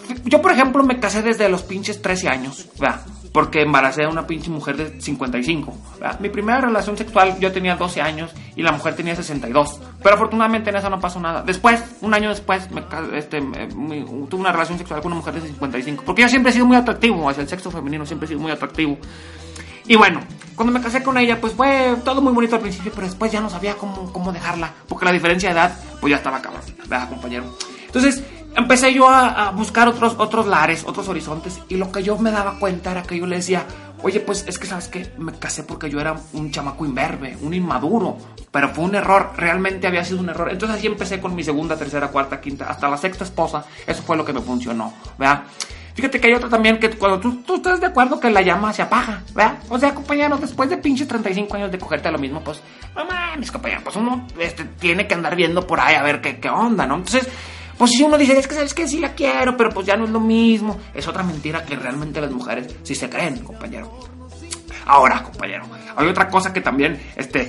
Yo, por ejemplo, me casé desde los pinches 13 años, ¿verdad? Porque embaracé a una pinche mujer de 55, ¿verdad? Mi primera relación sexual yo tenía 12 años y la mujer tenía 62. Pero afortunadamente en eso no pasó nada. Después, un año después, tuve una relación sexual con una mujer de 55. Porque yo siempre he sido muy atractivo hacia el sexo femenino, siempre he sido muy atractivo. Y bueno, cuando me casé con ella, pues fue todo muy bonito al principio, pero después ya no sabía cómo dejarla, porque la diferencia de edad, pues ya estaba cabrón, ¿verdad, compañero? Entonces, empecé yo a buscar otros lares, otros horizontes, y lo que yo me daba cuenta era que yo le decía, oye, pues es que, ¿sabes qué? Me casé porque yo era un chamaco imberbe, un inmaduro, pero fue un error, realmente había sido un error. Entonces así empecé con mi segunda, tercera, cuarta, quinta, hasta la sexta esposa. Eso fue lo que me funcionó, ¿verdad? Fíjate que hay otra también que cuando tú estás de acuerdo que la llama se apaga, ¿verdad? O sea, compañeros, después de pinches 35 años de cogerte lo mismo, pues, no mames, compañero, pues uno tiene que andar viendo por ahí a ver qué onda, ¿no? Entonces, pues si uno dice, es que sabes que sí la quiero, pero pues ya no es lo mismo. Es otra mentira que realmente las mujeres sí se creen, compañero. Ahora, compañero, hay otra cosa que también,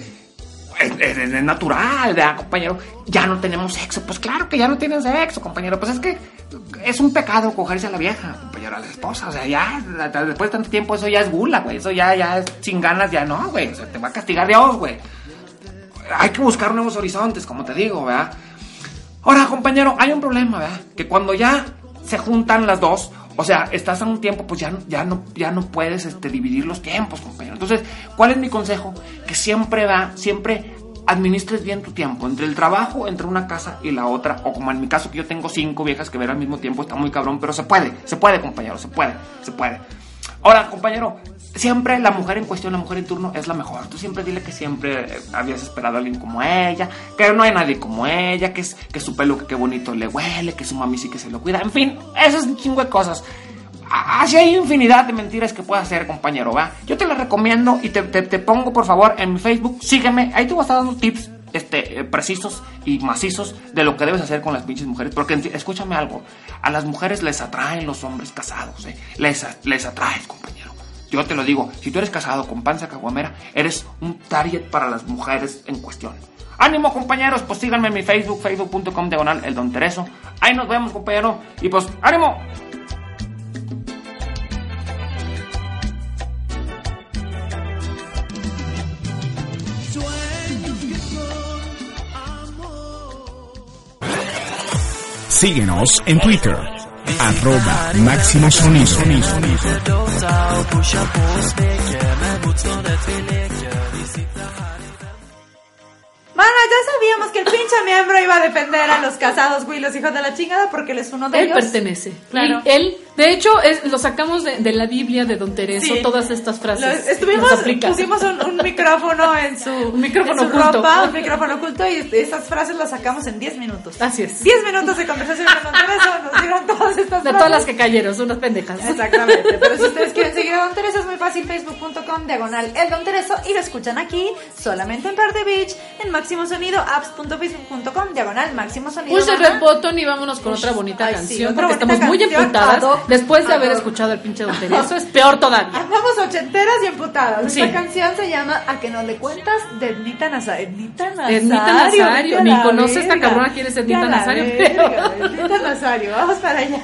es natural, ¿verdad, compañero? Ya no tenemos sexo. Pues claro que ya no tienen sexo, compañero. Pues es que es un pecado cogerse a la vieja, compañero, a la esposa. O sea, ya, después de tanto tiempo, eso ya es gula, güey. Eso ya es sin ganas, ya no, güey. O sea, te va a castigar Dios, güey. Hay que buscar nuevos horizontes, como te digo, ¿verdad? Ahora, compañero, hay un problema, ¿verdad? Que cuando ya se juntan las dos, o sea, estás a un tiempo, pues ya no puedes dividir los tiempos, compañero. Entonces, ¿cuál es mi consejo? Que siempre administres bien tu tiempo, entre el trabajo, entre una casa y la otra, o como en mi caso que yo tengo 5 viejas que ver al mismo tiempo, está muy cabrón, pero se puede, compañero, se puede. Ahora, compañero, siempre la mujer en cuestión, la mujer en turno es la mejor. Tú siempre dile que siempre habías esperado a alguien como ella, que no hay nadie como ella, que su pelo que qué bonito le huele, que su mami sí que se lo cuida, en fin, eso es un chingo de cosas. Así hay infinidad de mentiras que puedes hacer, compañero, ¿va? Yo te las recomiendo y te pongo, por favor, en mi Facebook, sígueme, ahí te voy a estar dando tips precisos y macizos de lo que debes hacer con las pinches mujeres, porque escúchame algo, a las mujeres les atraen los hombres casados, les atraes, compañero. Yo te lo digo, si tú eres casado con panza caguamera, eres un target para las mujeres en cuestión. ¡Ánimo, compañeros! Pues síganme en mi Facebook, facebook.com/El Don Tereso. Ahí nos vemos, compañero, y pues, ¡ánimo! Síguenos en Twitter, @Máximo Sonido. Mana, ya sabíamos que el pinche miembro iba a defender a los casados, güey, los hijos de la chingada, porque él es uno de ellos. Él pertenece. Claro. Él, de hecho, lo sacamos de la Biblia de Don Tereso, sí. Todas estas frases. Pusimos un micrófono en su oculto. ropa, un micrófono oculto, y estas frases las sacamos en 10 minutos. Así es. 10 minutos de conversación con Don Tereso, nos dieron todas estas frases. De todas las que cayeron, son unas pendejas. Exactamente, pero si ustedes quieren seguir a Don Tereso es muy fácil, facebook.com/El Don Tereso, y lo escuchan aquí, solamente en Parte Beach, en Máximo Sonido, apps.facebook.com/Máximo Sonido. Pulse red button y vámonos con otra bonita canción, porque estamos muy emputadas. Después de haber escuchado el pinche Don Tereso, es peor todavía. Andamos ochenteras y emputadas. Sí. Esta canción se llama A que no le cuentas, de Ednita Nazario. Ednita Nazario. Ni conoce esta cabrona quién es Ednita Nazario. Ednita Nazario, vamos para allá.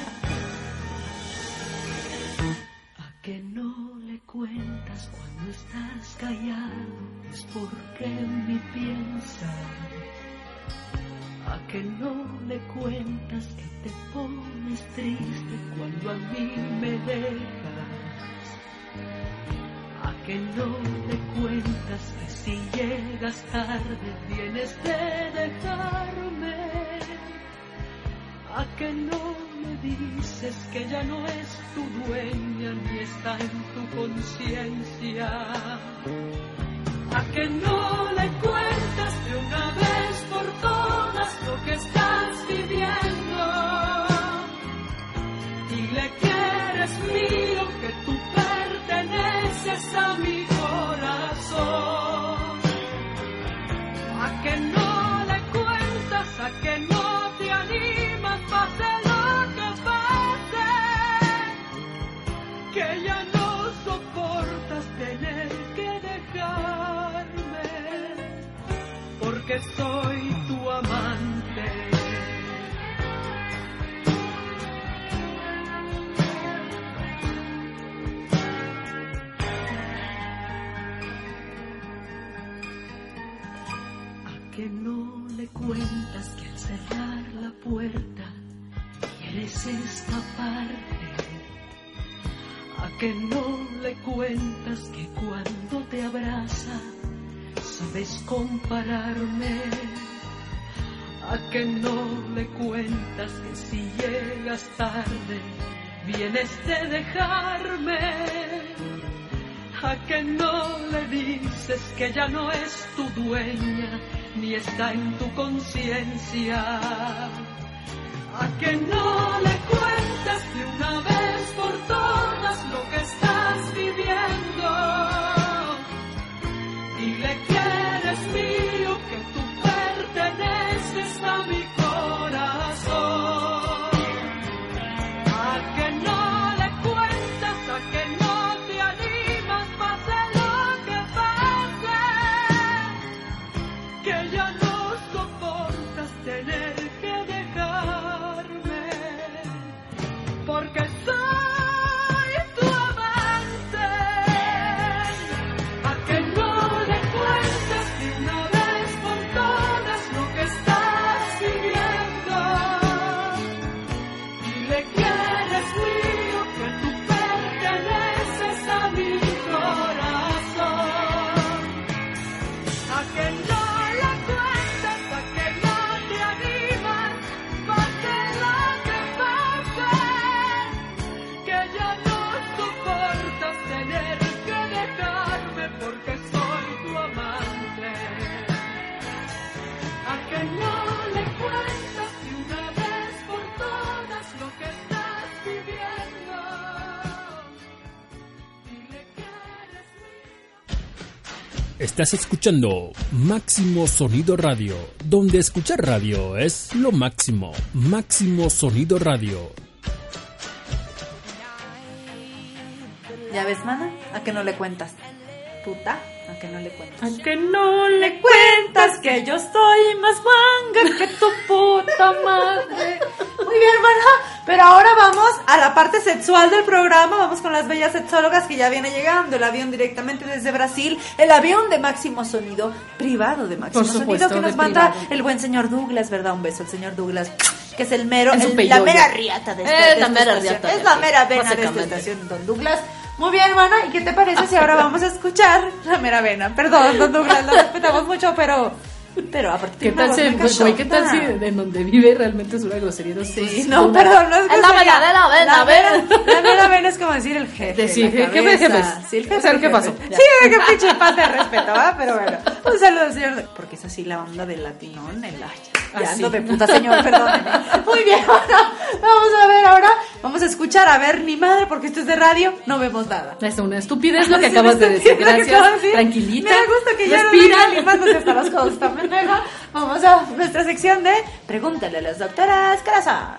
A que no le cuentas cuando estás callado, es porque en mí piensas. A que no le cuentas que te pones triste cuando a mí me dejas. A que no le cuentas que si llegas tarde tienes que dejarme. A que no me dices que ya no es tu dueña ni está en tu conciencia. A que no le cuentas de una vez por todas lo que estás viviendo. Dile que eres mío, que tú perteneces a mi corazón. A que no le cuentas, a que no te animas, pase lo que pase, que ya no soportas tener que dejarme, porque soy tu amante. cuentas que al cerrar la puerta quieres escaparte, a que no le cuentas que cuando te abraza sabes compararme, a que no le cuentas que si llegas tarde vienes de dejarme, a que no le dices que ya no es tu dueña ni está en tu conciencia, a que no le cuentas de una vez por todas lo que estás viviendo, dile que eres mío, que tú perteneces a mi corazón. A que no le cuentas, a que no te animas, pase lo que pase, que ya no soportas tener que dejarme, porque soy tu amante. A que no le cuentas de una vez por todas lo que estás viviendo, dile que eres mío, que tú perteneces a mi corazón. A que no le cuentas, a que no te animas, pase lo que pase, que ya no soportas tener que dejarme, porque soy tu amante. A que no le cuentas de una vez por todas lo que estás viviendo, dile que eres mío. Estás escuchando Máximo Sonido Radio, donde escuchar radio es lo máximo. Máximo Sonido Radio. ¿Ya ves, mana? ¿A qué no le cuentas? Puta, ¿a qué no le cuentas? A que no le cuentas que yo soy más manga que tu puta madre. Muy bien, hermana, pero ahora vamos a la parte sexual del programa. Vamos con las bellas sexólogas que ya viene llegando. El avión directamente desde Brasil, el avión de Máximo Sonido, privado de Máximo Por supuesto, Sonido, que nos de manda privado. el buen señor Douglas, ¿verdad? Un beso al señor Douglas, que es el mero, En su la peyoyo. mera riata de esta, de La esta mera estación. riata de Es la aquí, mera vena de esta básicamente. estación, don Douglas. Muy bien, hermana, ¿y qué te parece si ahora vamos a escuchar la mera vena? Perdón, don Douglas, lo respetamos mucho, pero aparte ¿Qué tiene tal una si, voz muy güey, qué tal si cachonda. en donde vive realmente es una grosería? Sí, no, perdón, no es Es la grosería. vena de la vena, La ven. La mera vena es como decir el jefe. Sí, la jefe, cabeza. jefes. Sí, el jefe. O sea, ¿qué el pasó? jefe. Ya. Sí, qué pinche falta de respeto, ¿va? Pero bueno, un saludo al señor. Porque es así la onda del latinón, el ya Así. ando de puta señor, perdóneme. Muy bien, bueno, vamos a ver ahora, vamos a escuchar, a ver, ni madre, porque esto es de radio, no vemos nada. Es una estupidez lo que Es acabas de decir. lo que acabo de Gracias. decir. Tranquilita. Me da gusto que ya Respira. no limándose hasta los codos también. Venga, vamos a nuestra sección de Pregúntale a las doctoras Corazón.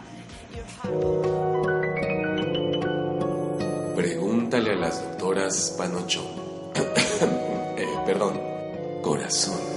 Pregúntale a las doctoras Panocho. Perdón, Corazón.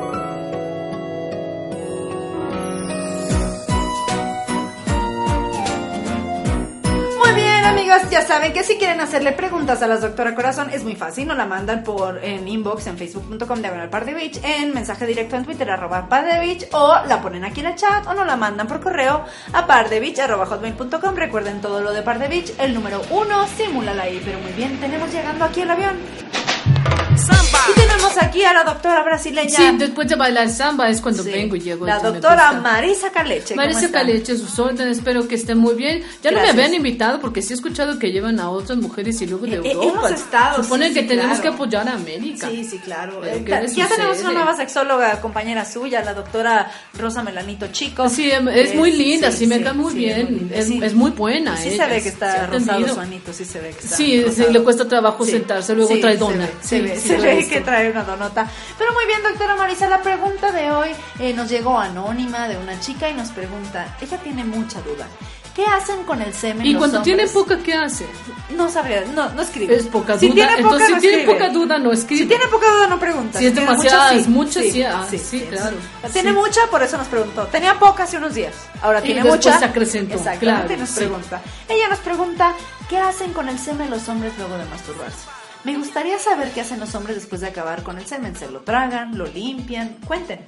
Muy bien, amigas, ya saben que si quieren hacerle preguntas a la doctora Corazón es muy fácil, nos la mandan en inbox en facebook.com/pardevich, en mensaje directo en Twitter @pardevich, o la ponen aquí en el chat, o nos la mandan por correo a pardevich@hotmail.com. Recuerden todo lo de Pardevich, el número 1, simúlala ahí. Pero muy bien, tenemos llegando aquí el avión. Y tenemos aquí a la doctora brasileña. Sí, después de bailar samba es cuando Sí, vengo y llego. la y me doctora gusta. Marisa Caleche. ¿cómo Marisa está? Caleche, sus órdenes, espero que estén muy bien. Ya no Gracias. me habían invitado porque sí he escuchado que llevan a otras mujeres y luego de Europa. Hemos estado, Suponen sí, que sí, tenemos claro. que apoyar a América. Sí, sí, claro. Pero ¿qué Ya le tenemos una sucede? nueva sexóloga, compañera suya, la doctora Rosa Melanito Chico. Sí, es muy linda, sí, me cae muy bien. muy linda, Es, sí. es muy buena. Sí ella, se ve que está se ha rosado atendido. su anito, sí se ve que está Sí, rosado. le cuesta trabajo Sí, sentarse, luego sí, trae se dona. ve, Sí, se ve, sí, se lo he ve visto. que trae una donota. Pero muy bien, doctora Marisa, la pregunta de hoy nos llegó anónima de una chica y nos pregunta, ella tiene mucha duda. ¿Qué hacen con el semen Y los cuando tiene hombres? poca, ¿qué hace? No sabría, no escribe. Es poca Si duda. tiene poca, Entonces, no si tiene escribe. poca duda, no escribe. Si tiene poca duda, no pregunta. Si es tiene demasiada, mucha, es mucha, sí, sí. claro. Tiene Sí. mucha, por eso nos preguntó. Tenía poca hace unos días. Ahora Y tiene después mucha. se acrecentó, Exactamente, claro, nos sí. pregunta. Ella nos pregunta, ¿qué hacen con el semen los hombres luego de masturbarse? Me gustaría saber qué hacen los hombres después de acabar con el semen. ¿Se lo tragan? ¿Lo limpian? Cuenten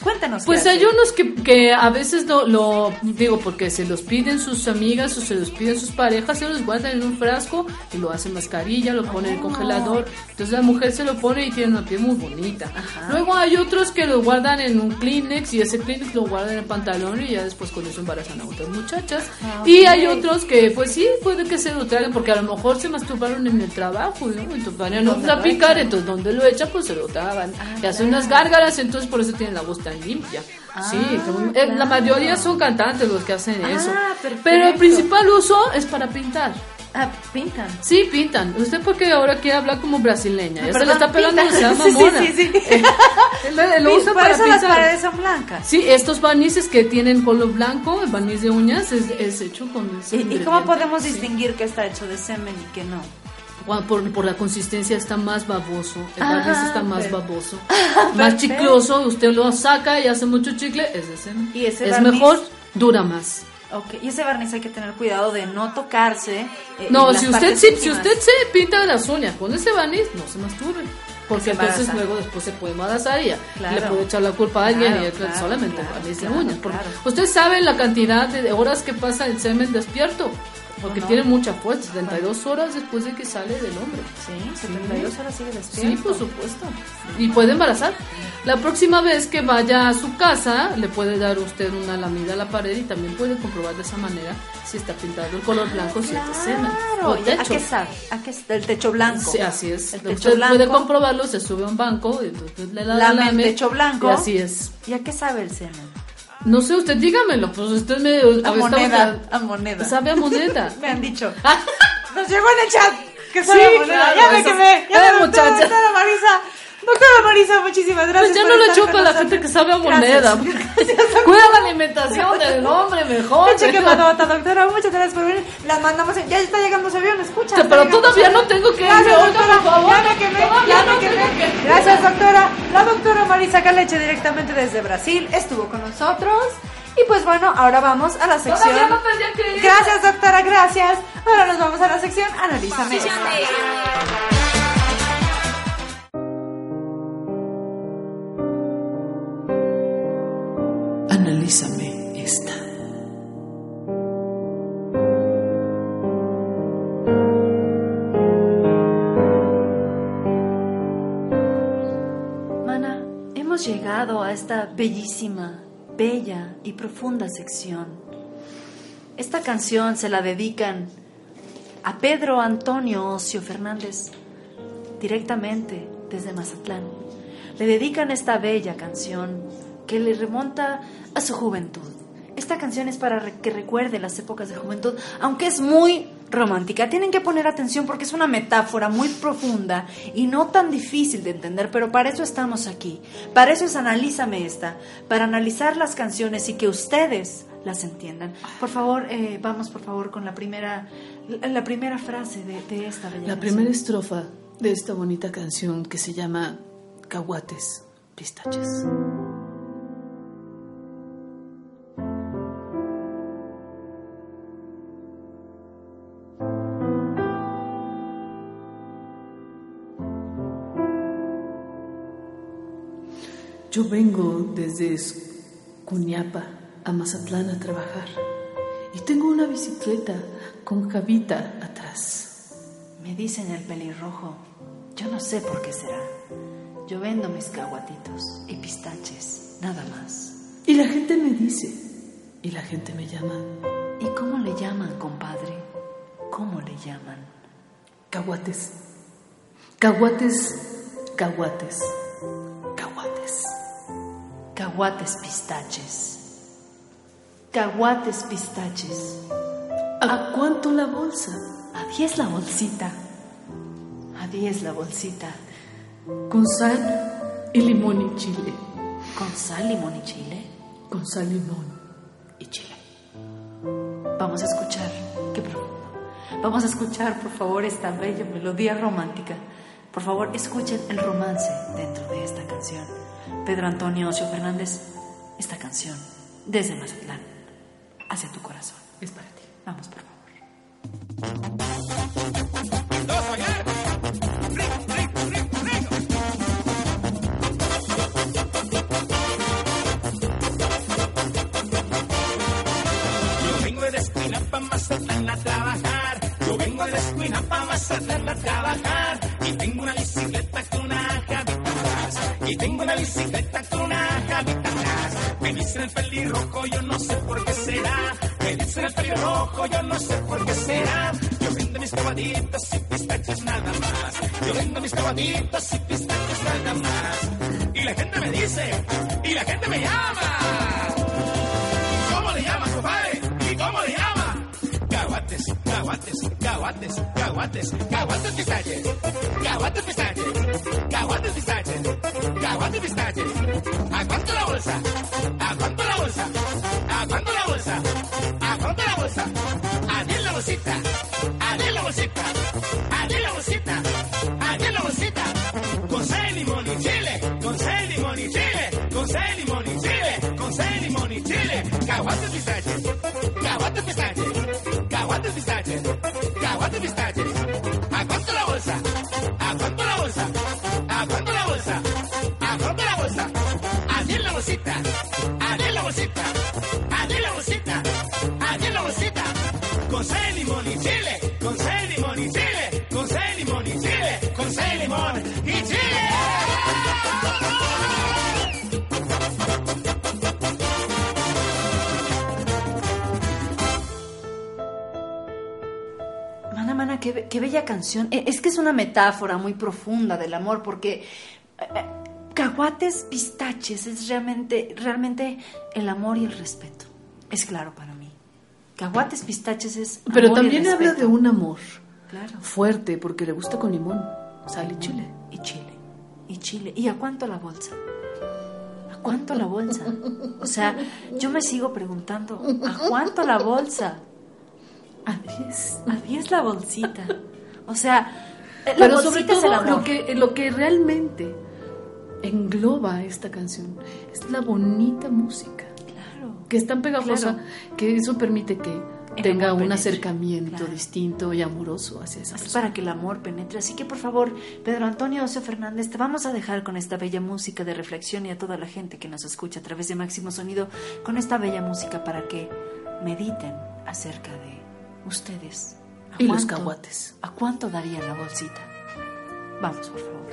Cuéntanos. Pues ¿qué hay hace? unos que a veces lo digo porque se los piden sus amigas o se los piden sus parejas, se los guardan en un frasco y lo hacen mascarilla, lo ponen en el congelador. Entonces la mujer se lo pone y tiene una piel muy bonita. Ajá. Luego hay otros que lo guardan en un Kleenex y ese Kleenex lo guardan en el pantalón y ya después con eso embarazan a otras muchachas. Y hay otros que pues sí, puede que se lo traigan porque a lo mejor se masturbaron en el trabajo, ¿no? Entonces van a no trapicar, entonces donde lo echan pues se lo tragan. Y hacen unas gárgaras, entonces por eso tienen la voz tan limpia. Sí, la mayoría son cantantes los que hacen eso. Perfecto. Pero el principal uso es para pintar. Pintan. Sí, pintan. Usted porque ahora quiere hablar como brasileña. Ya se le Perdón, está pelando pintan. que sea mamona. Sí. Lo usa Por para eso las pintar. paredes son blancas. Sí, estos barnices que tienen color blanco, el barniz de uñas, es hecho con ese ¿Y ingrediente. cómo podemos Sí. distinguir que está hecho de semen y que no? Por la consistencia está más baboso, el barniz está más baboso, más perfecto. chicloso, usted lo saca y hace mucho chicle, es de semen. ¿Y ese es barniz? mejor, dura más. Ok, y ese barniz hay que tener cuidado de no tocarse. No, las si usted partes si íntimas. usted se pinta las uñas con ese barniz, no se masturbe. Porque Se entonces embaraza. luego después se puede embarazar y Claro. le puede echar la culpa a alguien Claro, y claro, solamente claro, barniz claro, de uñas. Porque claro. usted sabe la cantidad de horas que pasa el semen despierto. Porque No. tiene mucha fuerza, 72 horas después de que sale del hombre. Sí, 72 horas sigue despierto. Sí, por supuesto. Y puede embarazar. La próxima vez que vaya a su casa, le puede dar usted una lamida a la pared y también puede comprobar de esa manera si está pintado el color blanco, si es de semen. Claro, O ¿a techo. qué sabe? ¿A qué está? El techo blanco. Sí, así es. El techo Usted blanco. puede comprobarlo, se sube a un banco, y entonces le Lame el techo blanco. Y así es. ¿Y a qué sabe el semen? No sé, usted dígamelo, pues usted me... A moneda, a moneda. Sabe a moneda. Me han dicho. Nos llegó en el chat que sabe Sí, a moneda. claro, Ya me eso- quemé. Ya me muchacha. doctora Marisa. Doctora Marisa, muchísimas gracias. Pues ya por no le estar chupa con a la nosotros. gente que sabe a Gracias. moneda. Cuida la alimentación del hombre mejor. Eche que manota, doctora. Muchas gracias por venir. Las mandamos. Ya está llegando su avión, escucha. está Pero llegando todavía su avión. no tengo que Gracias, irme, oiga, doctora. por favor. Ya me quemé. Todavía Ya no me quemé. tengo que- Gracias, doctora. La doctora Marisa Caleche, directamente desde Brasil, estuvo con nosotros. Y pues bueno, ahora vamos a la sección. Todavía no tendría que ir. Gracias, doctora, gracias. Ahora nos vamos a la sección Analízame. Analízame esta. Mana, hemos llegado a esta bellísima, bella y profunda sección. Esta canción se la dedican a Pedro Antonio Ocio Fernández, directamente desde Mazatlán. Le dedican esta bella canción que le remonta a su juventud. Esta canción es para que recuerde las épocas de juventud, aunque es muy romántica. Tienen que poner atención porque es una metáfora muy profunda y no tan difícil de entender, pero para eso estamos aquí. Para eso es Analízame esta, para analizar las canciones y que ustedes las entiendan. Por favor, vamos por favor con la primera frase de esta bella La canción. primera estrofa de esta bonita canción que se llama Caguates, Pistaches. Yo vengo desde Cuñapa a Mazatlán a trabajar y tengo una bicicleta con Javita atrás. Me dicen el pelirrojo, yo no sé por qué será. Yo vendo mis caguatitos y pistaches, nada más. Y la gente me dice, y la gente me llama, ¿Y cómo le llaman, compadre? ¿Cómo le llaman? caguates. Caguates, caguates, caguates. Caguates pistaches. Caguates pistaches. ¿A cuánto la bolsa? A 10 la bolsita. A 10 la bolsita. Con sal y limón y chile. ¿Con sal, limón y chile? Con sal, limón y chile. Vamos a escuchar. Qué profundo. Vamos a escuchar, por favor, esta bella melodía romántica. Por favor, escuchen el romance dentro de esta canción. Pedro Antonio Ocio Fernández, esta canción, desde Mazatlán, hacia tu corazón. Es para ti. Vamos, por favor. más hacerla trabajar. Y tengo una bicicleta con una jabita atrás. Y tengo una bicicleta con una jabita atrás. Me dicen el pelirrojo, yo no sé por qué será. Me dicen el pelirrojo, yo no sé por qué será. Yo vendo mis clavaditos y pistachos nada más. Yo vendo mis clavaditos y pistachos nada más. Y la gente me dice, y la gente me llama. ¿Cómo le llaman, compadre? ¿Y cómo le llama? Caguates, caguates, caguates, caguates, caguates pistaches, caguates pistaches, caguates pistaches, caguates pistaches. ¿A cuánto la bolsa? ¿A cuánto la bolsa? ¿A cuánto la bolsa? ¿A cuánto la bolsa? ¿A 10 la bolsita? ¿A 10 la bolsita? ¿A 10 la bolsita? ¿A 10 la bolsita? Con sal, limón y chile, con sal, limón y chile, con sal, limón y chile, con sal, limón y chile. Caguates pistaches, caguates pistaches, caguates pistaches, caguates pistaches. ¿A cuánto la bolsa? ¿A cuánto la bolsa? ¿A cuánto la bolsa? ¿A cuánto la bolsa? ¿A 10 la bolsita? ¿A 10 la bolsita? ¿A 10 la bolsita? ¿A 10 la bolsita? Con sal, limón y chile, con sal, limón y chile, con sal, limón y chile, con sal, limón y chile. Mana, qué bella canción. Es que es una metáfora muy profunda del amor, porque caguates, pistaches es realmente el amor y el respeto. Es claro para mí. Caguates, pistaches es amor. Pero también y habla de un amor, claro, fuerte, porque le gusta con limón, sal y chile. Y chile. Y chile. ¿Y a cuánto la bolsa? ¿A cuánto la bolsa? O sea, yo me sigo preguntando, ¿a cuánto la bolsa? A 10 la bolsita. O sea, la pero sobre bolsita es el todo amor. lo que realmente engloba esta canción es la bonita música. Claro. Que es tan pegajosa, Claro. que eso permite que El tenga amor un penetre. acercamiento Claro. distinto y amoroso hacia esa Es persona. para que el amor penetre. Así que, por favor, Pedro Antonio Ocio Fernández, te vamos a dejar con esta bella música de reflexión, y a toda la gente que nos escucha a través de Máximo Sonido, con esta bella música para que mediten acerca de ustedes. Y los caguates. ¿A cuánto darían la bolsita? Vamos, por favor.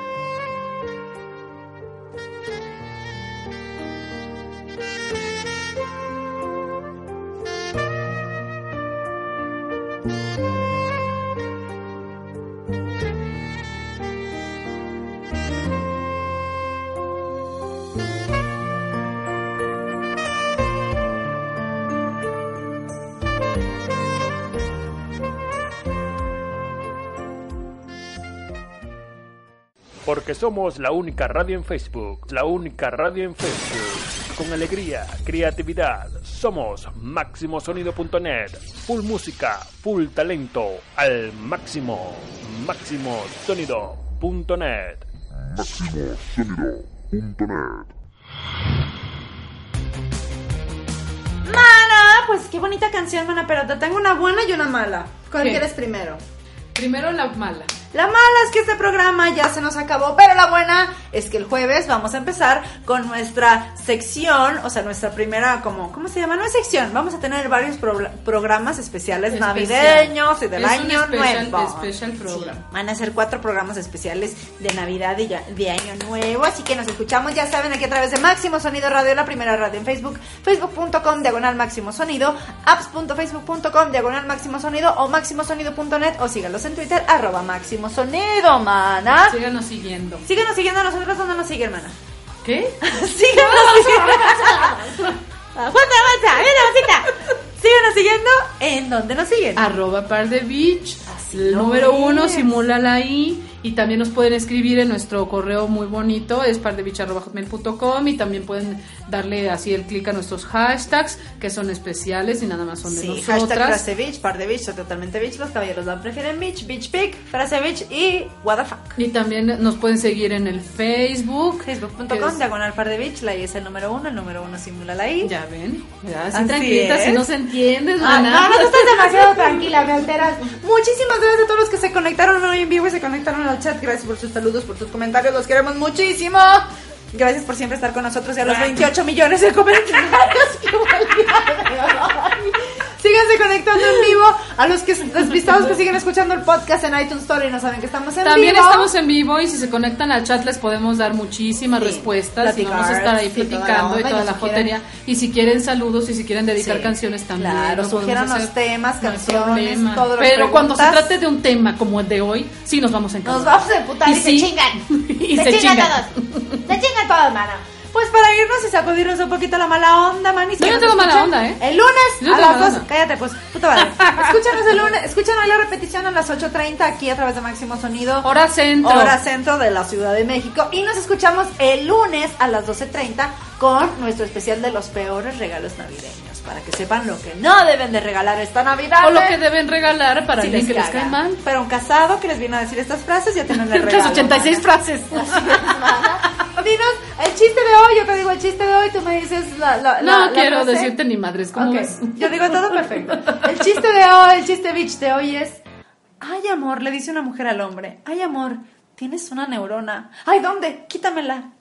Porque somos la única radio en Facebook. La única radio en Facebook. Con alegría, creatividad. Somos MáximoSonido.net. Full música, full talento. Al máximo. MáximoSonido.net. MáximoSonido.net. Mana, pues qué bonita canción, mana, pero te tengo una buena y una mala. ¿Cuál ¿Qué? quieres primero? Primero la mala. La mala es que este programa ya se nos acabó, pero la buena es que el jueves vamos a empezar con nuestra sección, o sea, nuestra primera, ¿cómo se llama? No es sección, vamos a tener varios programas especiales navideños y del año nuevo. Especial program. Sí, van a ser 4 programas especiales de Navidad y de año nuevo, así que nos escuchamos, ya saben, aquí a través de Máximo Sonido Radio, la primera radio en Facebook, facebook.com/Máximo Sonido, apps.facebook.com/Máximo Sonido o máximosonido.net, o síganlos en Twitter, ¡Máximo Sonido, mana! Síganos siguiendo. Síganos siguiendo a nosotros, ¿dónde nos siguen, mana? ¿Qué? Síganos siguiendo. Síganos siguiendo en donde nos siguen. @pardebich. Así El lo número 1, es. simúlala ahí. Y también nos pueden escribir en nuestro correo muy bonito, es pardebich@hotmail.com, y también pueden darle así el clic a nuestros hashtags, que son especiales y nada más son de Hashtag nosotras. frase bitch, par de bitch, o totalmente bitch. Los caballeros la prefieren bitch, bitch pic, frase bitch y what the fuck. Y también nos pueden seguir en el Facebook. Facebook.com, par de bitch, la I es el número 1, simúlala ahí. Ya ven, ya, así Así tranquilita, es. si no se entiende. No, tú estás demasiado tranquila, me alteras. Muchísimas gracias a todos los que se conectaron hoy en vivo y se conectaron al chat. Gracias por sus saludos, por sus comentarios, los queremos muchísimo. Gracias por siempre estar con nosotros y a los 28 millones de comentarios que hubo el día de hoy. Sí, Síganse conectando en vivo. A los que despistados que siguen escuchando el podcast en iTunes Store y no saben que estamos en También vivo. estamos en vivo y si se conectan al chat les podemos dar muchísimas respuestas. Y vamos a estar ahí platicando y toda la jotería. Y si quieren saludos y si quieren dedicar canciones también. Claro, sugieran temas, canciones, todo lo que Pero cuando se preguntas. trate de un tema como el de hoy, sí nos vamos a encantar. Nos vamos a emputar y se chingan. Y se chingan todos. Se chingan todos, mana. Pues para irnos y sacudirnos un poquito la mala onda, Mani. No, yo tengo mala onda, ¿eh? El lunes Yo a tengo las mala 2. onda. Cállate, pues, puta madre. Escúchanos el lunes, escúchanos la repetición a las 8:30 aquí a través de Máximo Sonido. Hora centro. Hora centro de la Ciudad de México. Y nos escuchamos el lunes a las 12:30 con nuestro especial de los peores regalos navideños. Para que sepan lo que no deben de regalar esta Navidad. O lo que deben regalar para si alguien que les caga. cae mal. Pero un casado que les viene a decir estas frases ya tienen el regalo. Las 86 frases. Dinos el chiste de hoy. Yo te digo el chiste de hoy, tú me dices No quiero frase. decirte ni madres, ¿cómo Ok, ves? yo digo todo perfecto. El chiste de hoy, el chiste bitch de hoy es: ay, amor, le dice una mujer al hombre, ay, amor, tienes una neurona. Ay, ¿dónde? Quítamela.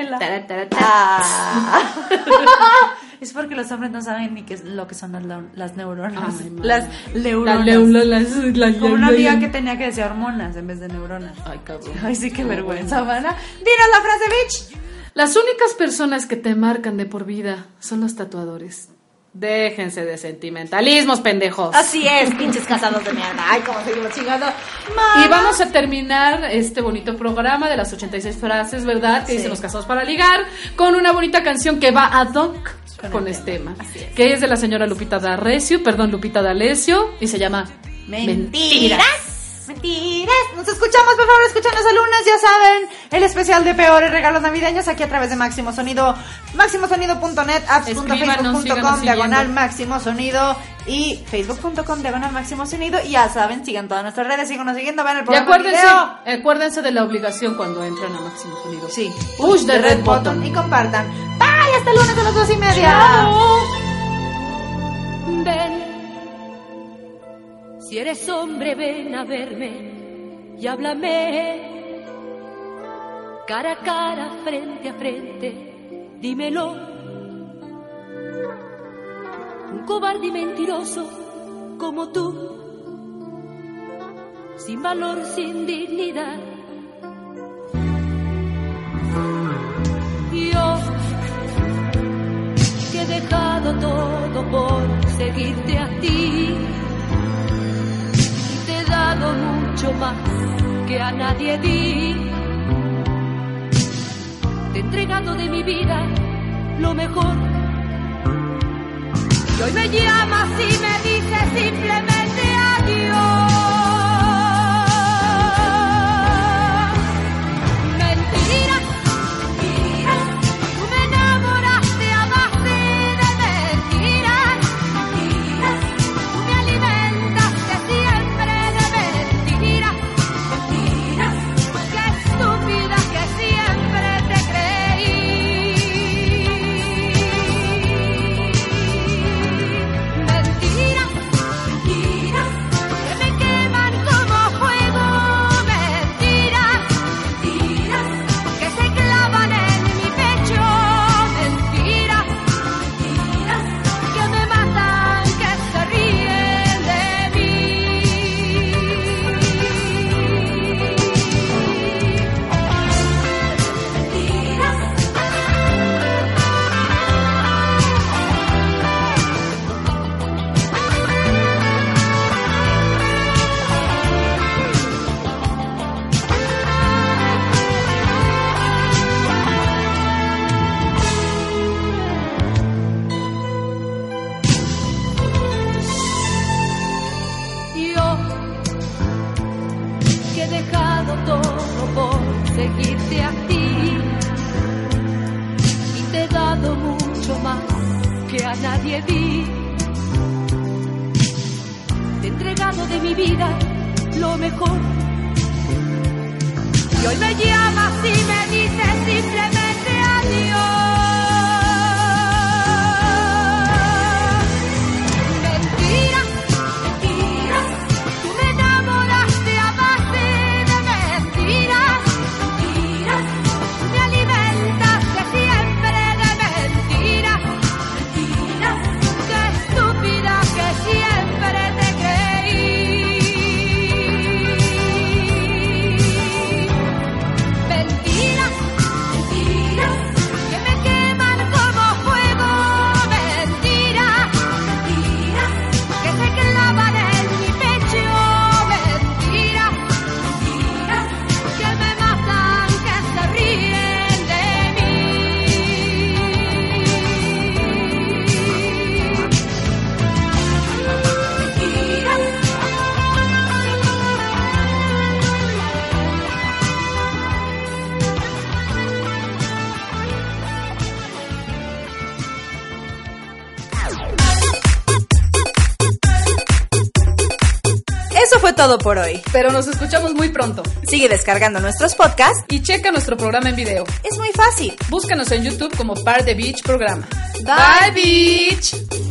Ah. Es porque los hombres no saben ni qué es lo que son las neuronas. Ay, las neuronas. Como una amiga que tenía que decir hormonas en vez de neuronas. Ay, cabrón. Ay, sí, qué vergüenza, mana. Dinos la frase, bitch. Las únicas personas que te marcan de por vida son los tatuadores. Déjense de sentimentalismos, pendejos. Así es, pinches casados de mierda. Ay, cómo seguimos chingando. Y vamos a terminar este bonito programa de las 86 frases, ¿verdad? Que dicen los casados para ligar, con una bonita canción que va ad hoc con este tema. Que es de la señora Lupita D'Alessio, y se llama Mentiras. Nos escuchamos, por favor, escúchanos el lunes, ya saben, el especial de peores regalos navideños aquí a través de Máximo Sonido, maximosonido.net, apps.facebook.com, diagonal Máximo Sonido y facebook.com, Máximo Sonido. Y ya saben, sigan todas nuestras redes, síganos siguiendo, vean el Y programa acuérdense de la obligación cuando entran a Máximo Sonido. Sí, push de red button y compartan. Bye, hasta el lunes a las 2:30. Chao. Ven, si eres hombre, ven a verme y háblame. Cara a cara, frente a frente, dímelo. Un cobarde y mentiroso como tú, sin valor, sin dignidad. Yo, que he dejado todo por seguirte a ti, y te he dado mucho más que a nadie di. Te he entregado de mi vida lo mejor, y hoy me llamas y me dices simplemente adiós. Mentiras, mentiras, tú me enamoraste a base de mentiras. Mentiras, tú me alimentaste siempre de mentiras. Mentiras, qué estúpida que siempre te creí. Mentiras, mentiras, que me queman como fuego. Mentiras, mentiras, que se clavan en mi pecho. Mentiras, mentiras, que me matan, que se ríen de mí. Yo, que he dejado todo por seguirte a ti, y te he dado mucho más que a nadie di. Te he entregado de mi vida lo mejor, y hoy me llamas y me dices simplemente adiós. Mentiras, mentiras, tú me enamoraste a base de mentiras. Mentiras, tú me alimentaste siempre de mentiras. Mentiras, qué estúpida que siempre todo por hoy. Pero nos escuchamos muy pronto. Sigue descargando nuestros podcasts y checa nuestro programa en video. Es muy fácil. Búscanos en YouTube como Par de Beach Programa. Bye, Beach.